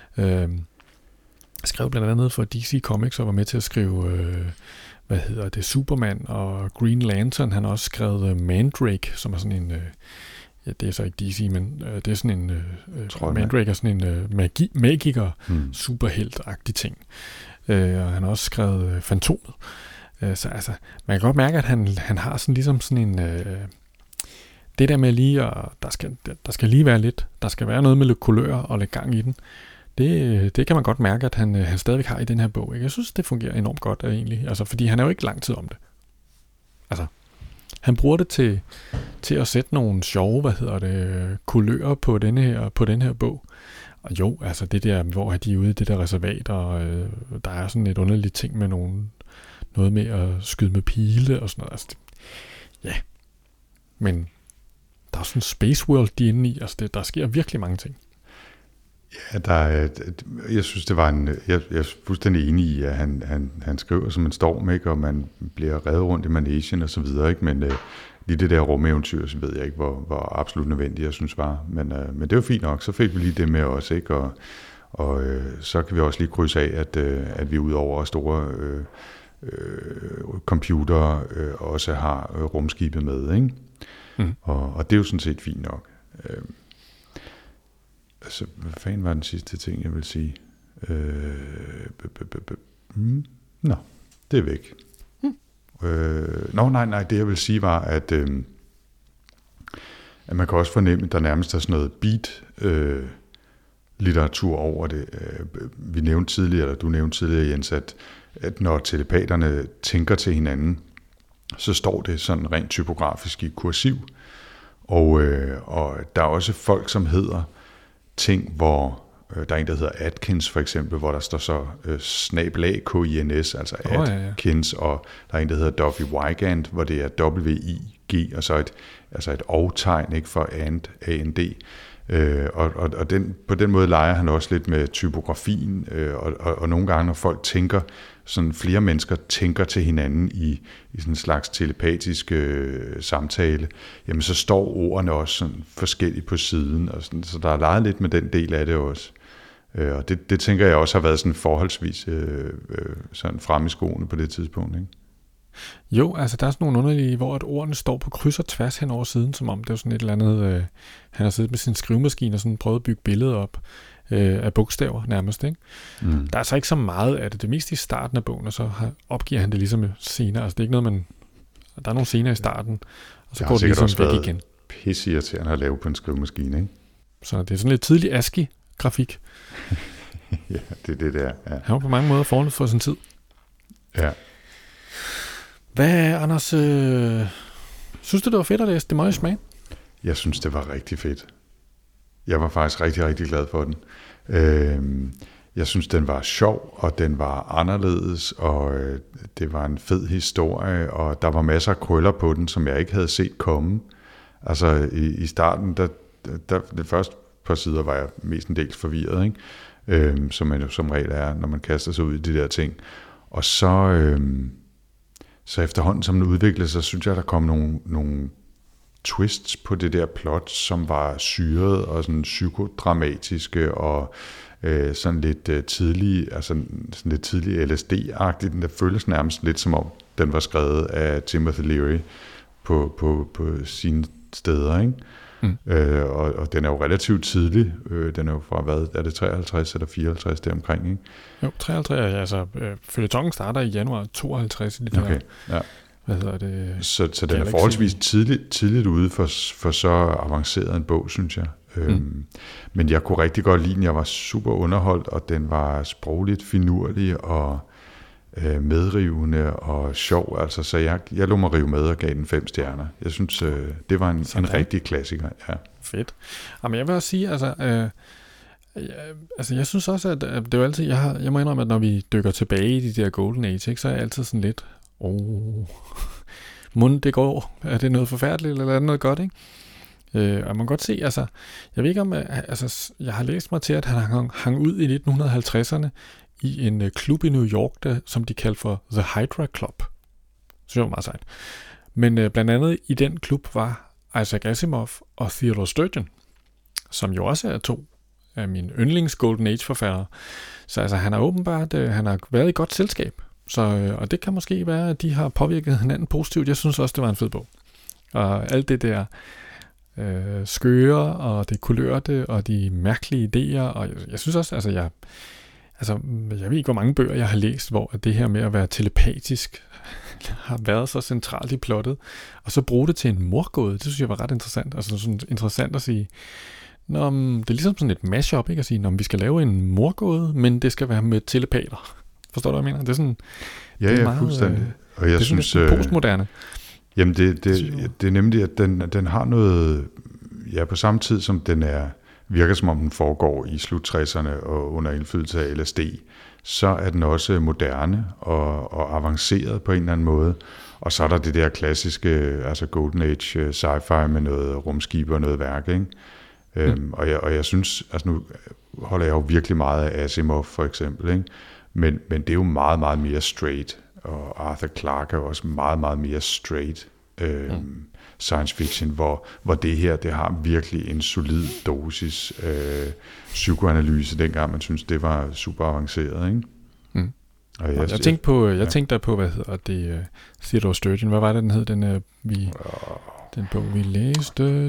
Skrev blandt andet for DC Comics og var med til at skrive, Superman og Green Lantern. Han har også skrevet Mandrake, som er sådan en, det er så ikke DC, men det er sådan en, Mandrake er sådan en magiker, superhelt-agtig ting. Og han har også skrevet Fantomet. Så altså, man kan godt mærke, at han har sådan ligesom sådan en... det der med lige, og der skal lige være lidt, der skal være noget med lidt kulør og lidt gang i den, det kan man godt mærke, at han stadigvæk har i den her bog. Ikke? Jeg synes, det fungerer enormt godt egentlig, altså, fordi han er jo ikke lang tid om det. Altså, han bruger det til at sætte nogle sjove, kulører på den her bog. Og jo, altså det der, hvor de er ude i det der reservat, og der er sådan et underligt ting med noget med at skyde med pile og sådan noget. Altså, ja, men der er sådan en space world, de er inde i. Altså der sker virkelig mange ting. Ja, jeg synes, det var jeg er fuldstændig enig i, at han skriver som en storm, ikke? Og man bliver reddet rundt i managen og så videre, ikke? Men lige det der rumeventyr, så ved jeg ikke, hvor absolut nødvendigt jeg synes var. Men det var fint nok, så fik vi lige det med os, ikke? Og så kan vi også lige krydse af, at vi udover store computere også har rumskibet med, ikke? Og det er jo sådan set fint nok. Altså, hvad fanden var den sidste ting, jeg vil sige? Nå, det er væk. Nej, det jeg vil sige var, at man kan også fornemme, at der nærmest er sådan noget beat-litteratur over det. Vi nævnte tidligere, eller du nævnte tidligere, Jens, at når telepaterne tænker til hinanden, så står det sådan rent typografisk i kursiv. Og der er også folk, som hedder ting, hvor der er en, der hedder Atkins for eksempel, hvor der står så /KINS, altså Atkins, og der er en, der hedder Duffy Wygant, hvor det er WIG, og så et og-tegn, ikke, for AND. Og på den måde leger han også lidt med typografien, og nogle gange, når folk tænker, sådan flere mennesker tænker til hinanden i sådan en slags telepatisk samtale, jamen så står ordene også sådan forskelligt på siden, og sådan, så der er leget lidt med den del af det også. Og det tænker jeg også har været sådan forholdsvis sådan frem i skoene på det tidspunkt, ikke? Jo, altså der er sådan nogle underlige, hvor at ordene står på kryds og tværs hen over siden, som om det er sådan et eller andet, han har siddet med sin skrivemaskine og sådan prøvet at bygge billedet op af bogstaver nærmest, ikke? Der er så ikke så meget af det. Det meste i starten af bogen, og så opgiver han det ligesom senere. Altså det er ikke noget, der er nogle scener i starten, og så går det ligesom væk igen. Pisseirriterende at lave på en skrivemaskine, ikke? Så det er sådan lidt tidlig ASCII-grafik. Ja, det er det der. Ja. Han var på mange måder forholdet for sin tid. Ja. Hvad, Anders, synes du, det var fedt at læse Demolish Man? Jeg synes, det var rigtig fedt. Jeg var faktisk rigtig, rigtig glad for den. Jeg synes, den var sjov, og den var anderledes, og det var en fed historie, og der var masser af krøller på den, som jeg ikke havde set komme. Altså i starten, der det første par sider var jeg mestendels forvirret, ikke? Som man jo som regel er, når man kaster sig ud i de der ting. Og så efterhånden, som den udviklede sig, synes jeg, der kom nogle twists på det der plot, som var syret og sådan psykodramatiske og sådan lidt tidlig, altså sådan lidt tidlig LSD-agtigt. Den der føles nærmest lidt som om, den var skrevet af Timothy Leary på sine steder, ikke? Og den er jo relativt tidlig. Den er jo fra, hvad er det, 53 eller 54 deromkring, ikke? Jo, 53, altså føljetongen starter i januar 52 i det okay, der, ja. Hvad hedder det? Så den er forholdsvis tidligt ude for så avanceret en bog, synes jeg. Men jeg kunne rigtig godt lide den. Jeg var super underholdt, og den var sprogligt finurlig og medrivende og sjov. Altså, så jeg lod mig rive med og gav den 5 stjerner. Jeg synes, det var en rigtig klassiker. Ja. Fedt. Jamen, jeg vil også sige, altså jeg synes også, at det er jo altid, jeg må indrømme, at når vi dykker tilbage i de der Golden Age, ikke, så er jeg altid sådan lidt, det går, er det noget forfærdeligt, eller er det noget godt, ikke? Og man kan godt se, altså, jeg ved ikke om, altså, jeg har læst mig til, at han hang ud i 1950'erne i en klub i New York, som de kaldte for The Hydra Club. Så det var meget sejt. Men blandt andet i den klub var Isaac Asimov og Theodore Sturgeon, som jo også er 2 af mine yndlings Golden Age-forfattere. Så altså, han har åbenbart han har været i godt selskab. Så, og det kan måske være, at de har påvirket hinanden positivt. Jeg synes også, det var en fed bog. Og alt det der skøre, og det kulørte, og de mærkelige idéer. Og jeg synes også, altså jeg ved ikke, hvor mange bøger jeg har læst, hvor det her med at være telepatisk har været så centralt i plottet. Og så bruge det til en mordgåde, det synes jeg var ret interessant. Altså sådan interessant at sige, det er ligesom sådan et mashup, ikke? At sige, vi skal lave en mordgåde, men det skal være med telepater. Forstår du, hvad jeg mener? Det er sådan, ja, det er meget, fuldstændig. Og jeg synes, det er postmoderne. Jamen, det er nemlig, at den har noget, ja, på samme tid som den virker som om den foregår i slut 60'erne og under indflydelse af LSD, så er den også moderne og avanceret på en eller anden måde. Og så er der det der klassiske, altså Golden Age sci-fi med noget rumskib og noget værk, ikke? Og jeg synes, altså nu, holder jeg jo virkelig meget af Asimov for eksempel, ikke? Men det er jo meget, meget mere straight, og Arthur Clarke er også meget, meget mere straight science fiction, hvor det her, det har virkelig en solid dosis psykoanalyse, dengang man synes det var super avanceret, ikke? Og jeg tænkte der på, hvad hedder det, Theodore Sturgeon, hvad var det, den hed, den bog, vi læste?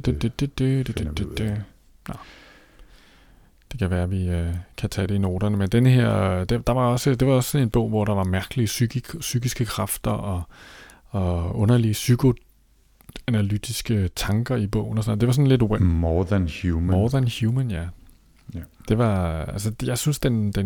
Det kan være, at vi kan tage det i noterne, men den her, det var også sådan en bog, hvor der var mærkelige psykiske kræfter og underlige psykoanalytiske tanker i bogen og sådan. Det var sådan lidt More Than Human. More Than Human, ja. Det var, altså, jeg synes,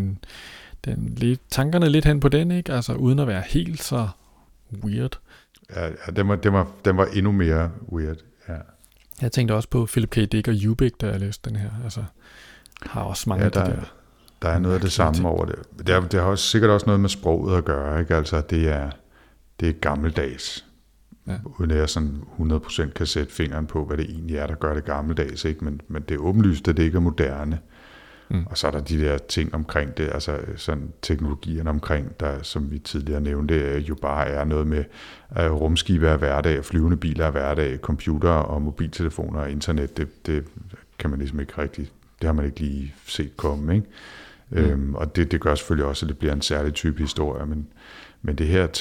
tankerne lidt hen på den, ikke? Altså, uden at være helt så weird. Ja, den var endnu mere weird, ja. Jeg tænkte også på Philip K. Dick og Ubik, da jeg læste den her, altså. Har også mange af de der er noget af det samme over det. Det har også, sikkert også noget med sproget at gøre, ikke? Altså, det er gammeldags. Ja. Uden at jeg sådan 100% kan sætte fingeren på, hvad det egentlig er, der gør det gammeldags, ikke? Men det er åbenlyst, at det ikke er moderne. Og så er der de der ting omkring det, altså sådan teknologierne omkring, der, som vi tidligere nævnte, jo bare er noget med rumskibe er hverdag, flyvende biler er hverdag, computer og mobiltelefoner og internet, det kan man ligesom ikke rigtig, det har man ikke lige set komme, ikke? Og det gør selvfølgelig også, at det bliver en særlig type historie, men det her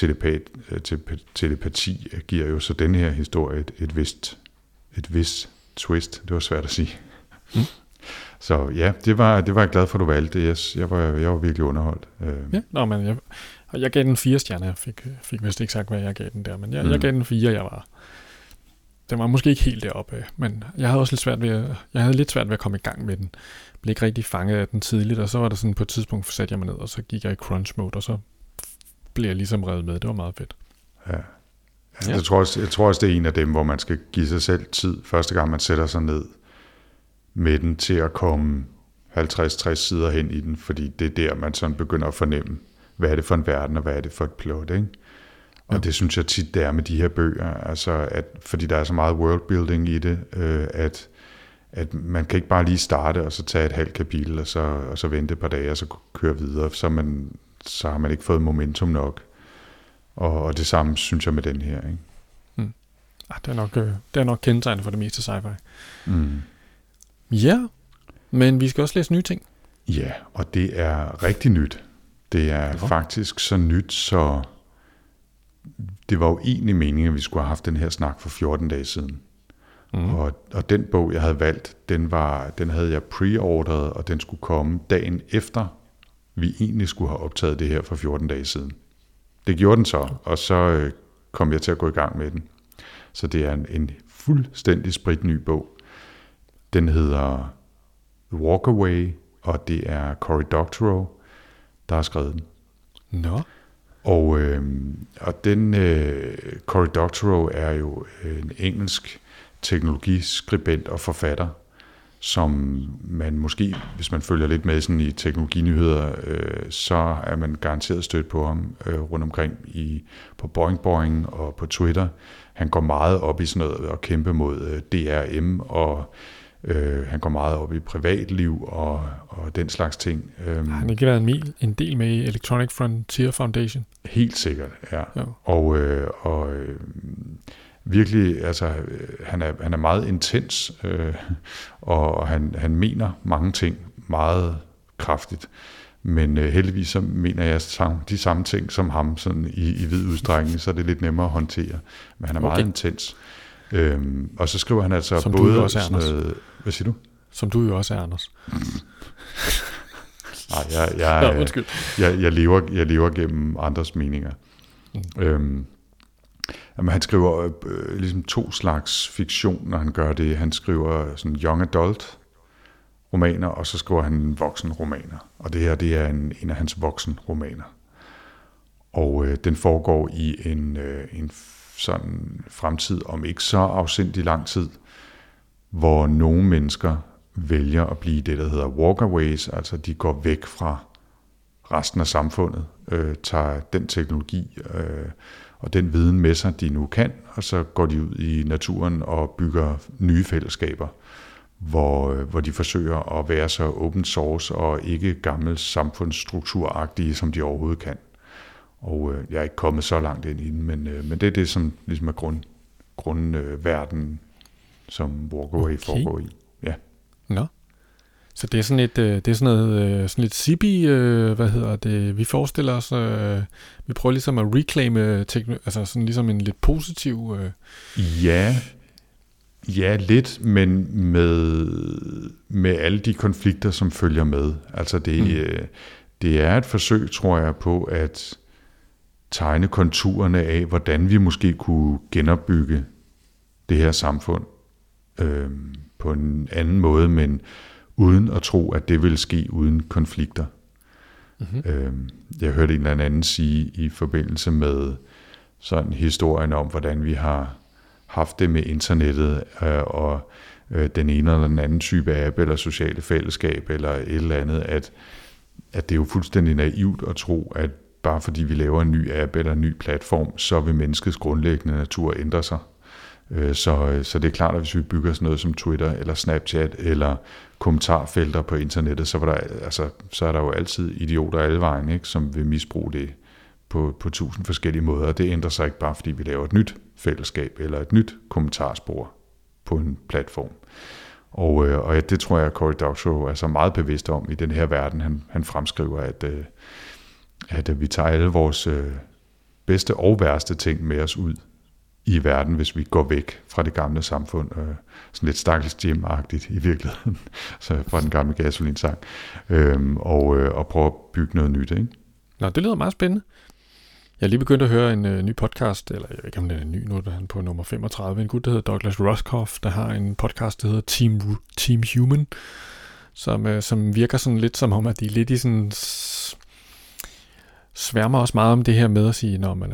telepati giver jo så den her historie et vist twist, det var svært at sige. Så ja, det var jeg glad for, at du valgte. Jeg var virkelig underholdt. Ja, men jeg gav den 4 stjerner. Jeg fik vist ikke sagt, hvad jeg gav den der, men jeg gav den 4. Den var måske ikke helt deroppe, men jeg havde også lidt svært ved at komme i gang med den. Jeg blev ikke rigtig fanget af den tidligt, og så var der sådan på et tidspunkt, satte jeg mig ned, og så gik jeg i crunch mode, og så blev jeg ligesom revet med. Det var meget fedt. Ja. Jeg tror også, det er en af dem, hvor man skal give sig selv tid, første gang man sætter sig ned med den, til at komme 50-60 sider hen i den, fordi det er der, man sådan begynder at fornemme, hvad er det for en verden, og hvad er det for et plot, ikke? Og det synes jeg tit, det er med de her bøger, altså fordi der er så meget worldbuilding i det, at man kan ikke bare lige starte, og så tage et halvt kapitel, og så vente et par dage, og så køre videre, så har man ikke fået momentum nok. Og det samme synes jeg med den her, ikke? Det er nok kendetegnet for det meste sci-fi. Ja, men vi skal også læse nye ting. Ja, og det er rigtig nyt. Det er faktisk så nyt, så det var jo egentlig meningen, at vi skulle have haft den her snak for 14 dage siden. Og den bog, jeg havde valgt, den havde jeg preordret, og den skulle komme dagen efter, vi egentlig skulle have optaget det her for 14 dage siden. Det gjorde den så, og så kom jeg til at gå i gang med den. Så det er en fuldstændig spritny bog. Den hedder The Walkaway, og det er Cory Doctorow, der har skrevet den. Nå. Og den Cory Doctorow er jo en engelsk teknologiskribent og forfatter, som man måske, hvis man følger lidt med sådan i teknologinyheder, så er man garanteret stødt på ham rundt omkring på Boing Boing og på Twitter. Han går meget op i sådan noget og kæmpe mod DRM, og han går meget op i privatliv og den slags ting. Har han ikke været en del med i Electronic Frontier Foundation? Helt sikkert, ja. Og virkelig, altså, han er meget intens, og han mener mange ting meget kraftigt. Men heldigvis så mener jeg de samme ting som ham, sådan i vid udstrækning, så er det lidt nemmere at håndtere. Men han er meget intens. Og så skriver han altså som både sådan noget... Hvad siger du? Som du jo også er, Anders. Nej, jeg lever gennem andres meninger. Han skriver ligesom 2 slags fiktion, når han gør det. Han skriver sådan young adult romaner, og så skriver han voksen romaner. Og det her, det er en af hans voksen romaner. Og den foregår i en sådan fremtid om ikke så afsindig lang tid, hvor nogle mennesker vælger at blive det, der hedder walkaways, altså de går væk fra resten af samfundet, tager den teknologi og den viden med sig, de nu kan, og så går de ud i naturen og bygger nye fællesskaber, hvor de forsøger at være så open source og ikke gammel samfundsstrukturagtige, som de overhovedet kan. Og jeg er ikke kommet så langt ind i den, men det er det, som ligesom er grundverden, som WalkAway foregår i. Ja. Nå. Så det er sådan et Zigbee, vi forestiller os, vi prøver ligesom at reclaime altså sådan ligesom en lidt positiv... Ja, lidt, men med alle de konflikter, som følger med. Altså det er et forsøg, tror jeg, på at tegne konturerne af, hvordan vi måske kunne genopbygge det her samfund på en anden måde, men uden at tro, at det vil ske uden konflikter. Mm-hmm. Jeg hørte en eller anden sige i forbindelse med sådan historien om, hvordan vi har haft det med internettet og den ene eller den anden type app eller sociale fællesskab eller et eller andet, at det er jo fuldstændig naivt at tro, at bare fordi vi laver en ny app eller en ny platform, så vil menneskets grundlæggende natur ændre sig. Så det er klart, at hvis vi bygger sådan noget som Twitter eller Snapchat eller kommentarfelter på internettet, så er der jo altid idioter alle vejen, ikke, som vil misbruge det på 1000 forskellige måder. Det ændrer sig ikke bare, fordi vi laver et nyt fællesskab eller et nyt kommentarspor på en platform. Og det tror jeg, Cory Doctorow er så meget bevidst om i den her verden. Han fremskriver, at vi tager alle vores bedste og værste ting med os ud i verden, hvis vi går væk fra det gamle samfund. Sådan lidt stakkels Jim-agtigt i virkeligheden, så fra den gamle Gasolin-sang. Og prøve at bygge noget nyt, ikke? Nå, det lyder meget spændende. Jeg er lige begyndt at høre en ny podcast, eller jeg ved ikke, om den er ny, nu er han på nummer 35, en gut, der hedder Douglas Rushkoff, der har en podcast, der hedder Team Human, som virker sådan lidt som om, at de lidt i sådan sværmer også meget om det her med at sige, men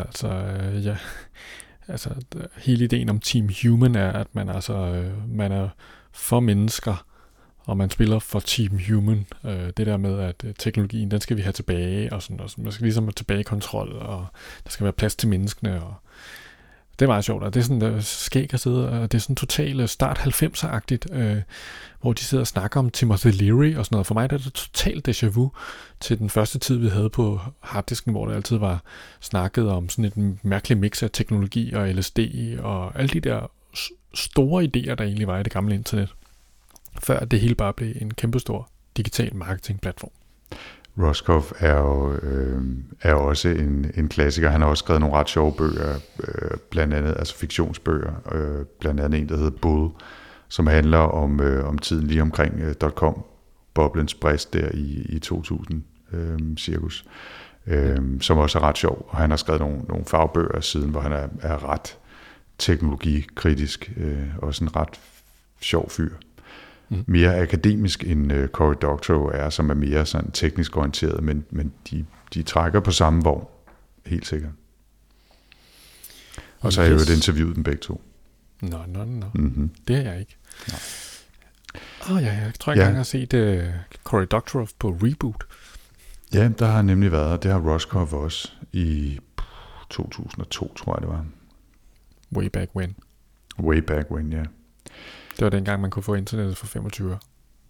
altså hele ideen om Team Human er, at man er for mennesker, og man spiller for Team Human. Det der med, at teknologien, den skal vi have tilbage, og sådan, man skal ligesom have tilbagekontrol, og der skal være plads til menneskene, og det er meget sjovt, og det er sådan der skæg at sidde, og det er sådan totalt start 90'er-agtigt, hvor de sidder og snakker om Timothy Leary og sådan noget. For mig der er det totalt déjà vu til den første tid, vi havde på harddisken, hvor det altid var snakket om sådan et mærkeligt mix af teknologi og LSD, og alle de der store idéer, der egentlig var i det gamle internet, før det hele bare blev en kæmpestor digital marketingplatform. Rushkoff er også en klassiker. Han har også skrevet nogle ret sjove bøger, blandt andet altså fiktionsbøger, blandt andet en, der hedder Bull, som handler om tiden lige omkring .com-boblens brist der i 2000 cirkus, som også er ret sjov. Og han har skrevet nogle fagbøger siden, hvor han er ret teknologikritisk, også en ret sjov fyr. Mere akademisk end Cory Doctorow er, som er mere sådan teknisk orienteret, men de trækker på samme vogn, helt sikkert. Og så har jeg jo interviewet dem begge to. Nå. Mm-hmm. Det har jeg ikke. Jeg tror ikke, jeg har set Cory Doctorow på Reboot. Ja, der har nemlig været, det har Rushkoff også i 2002, tror jeg det var. Way back when, ja. Det var dengang, man kunne få internettet for 25 år.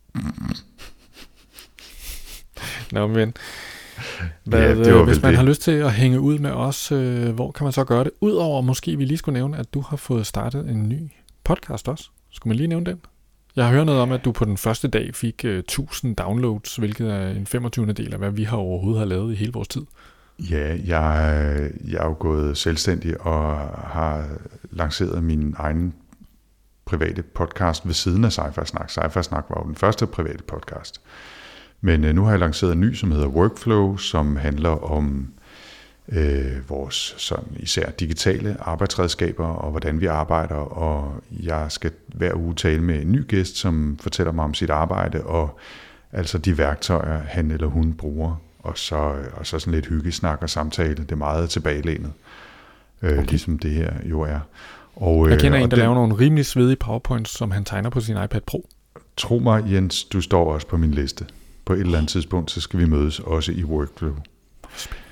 Nå, men hvis man har lyst til at hænge ud med os, hvor kan man så gøre det? Udover måske, vi lige skulle nævne, at du har fået startet en ny podcast også. Skulle man lige nævne den? Jeg har hørt noget om, at du på den første dag fik 1000 downloads, hvilket er en 25. del af, hvad vi har overhovedet har lavet i hele vores tid. Ja, jeg er jo gået selvstændig og har lanceret min egen private podcast ved siden af Sci-Fi Snak. Sci-Fi Snak var jo den første private podcast. Men nu har jeg lanceret en ny, som hedder Workflow, som handler om vores sådan især digitale arbejdsredskaber og hvordan vi arbejder. Og jeg skal hver uge tale med en ny gæst, som fortæller mig om sit arbejde og altså de værktøjer, han eller hun bruger. Og så sådan lidt hyggesnak og samtale. Det er meget tilbagelænet, ligesom det her jo er. Jeg kender en, der laver nogle rimelig svedige PowerPoints, som han tegner på sin iPad Pro. Tro mig, Jens, du står også på min liste. På et eller andet tidspunkt, så skal vi mødes også i Workflow. Spændende.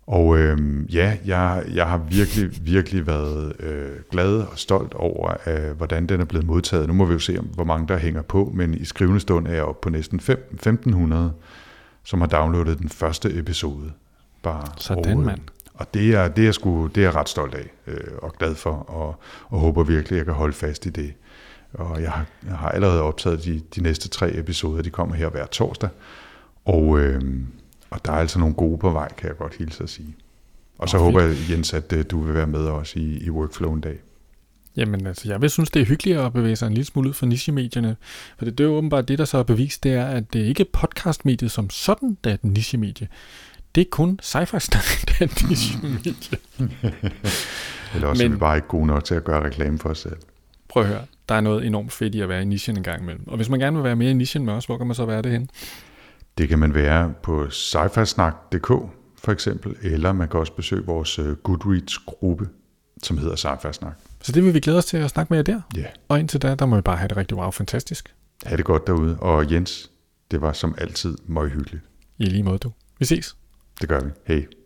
Og jeg har virkelig været glad og stolt over, hvordan den er blevet modtaget. Nu må vi jo se, hvor mange der hænger på, men i skrivende stund er jeg oppe på næsten 1.500, som har downloadet den første episode. Sådan, mand. Og det er jeg ret stolt af og glad for, og håber virkelig, at jeg kan holde fast i det. Og jeg har allerede optaget de næste 3 episoder, de kommer her hver torsdag. Og der er altså nogle gode på vej, kan jeg godt hilse at sige. Og så håber jeg, Jens, at du vil være med også i Workflow en dag. Jamen altså, jeg vil synes, det er hyggeligt at bevæge sig en lille smule ud fra nichemedierne. For det er jo åbenbart det, der så er bevist, det er, at det ikke er podcastmediet som sådan, der er et nichemedie. Det er kun sci-fi-snak, der er et nichemedie. Eller også er vi bare ikke gode nok til at gøre reklame for os selv. Prøv at høre, der er noget enormt fedt i at være i nichen en gang imellem. Og hvis man gerne vil være mere i nichen med os, hvor kan man så være det hen? Det kan man være på sci-fi-snak.dk for eksempel, eller man kan også besøge vores Goodreads-gruppe, som hedder Sci-fi-snak. Så det vil vi glæde os til at snakke med jer der. Ja. Yeah. Og indtil da, der må vi bare have det rigtig fantastisk. Ha' det godt derude. Og Jens, det var som altid meget hyggeligt. I lige måde, du. Vi ses. Det gør vi. Hej.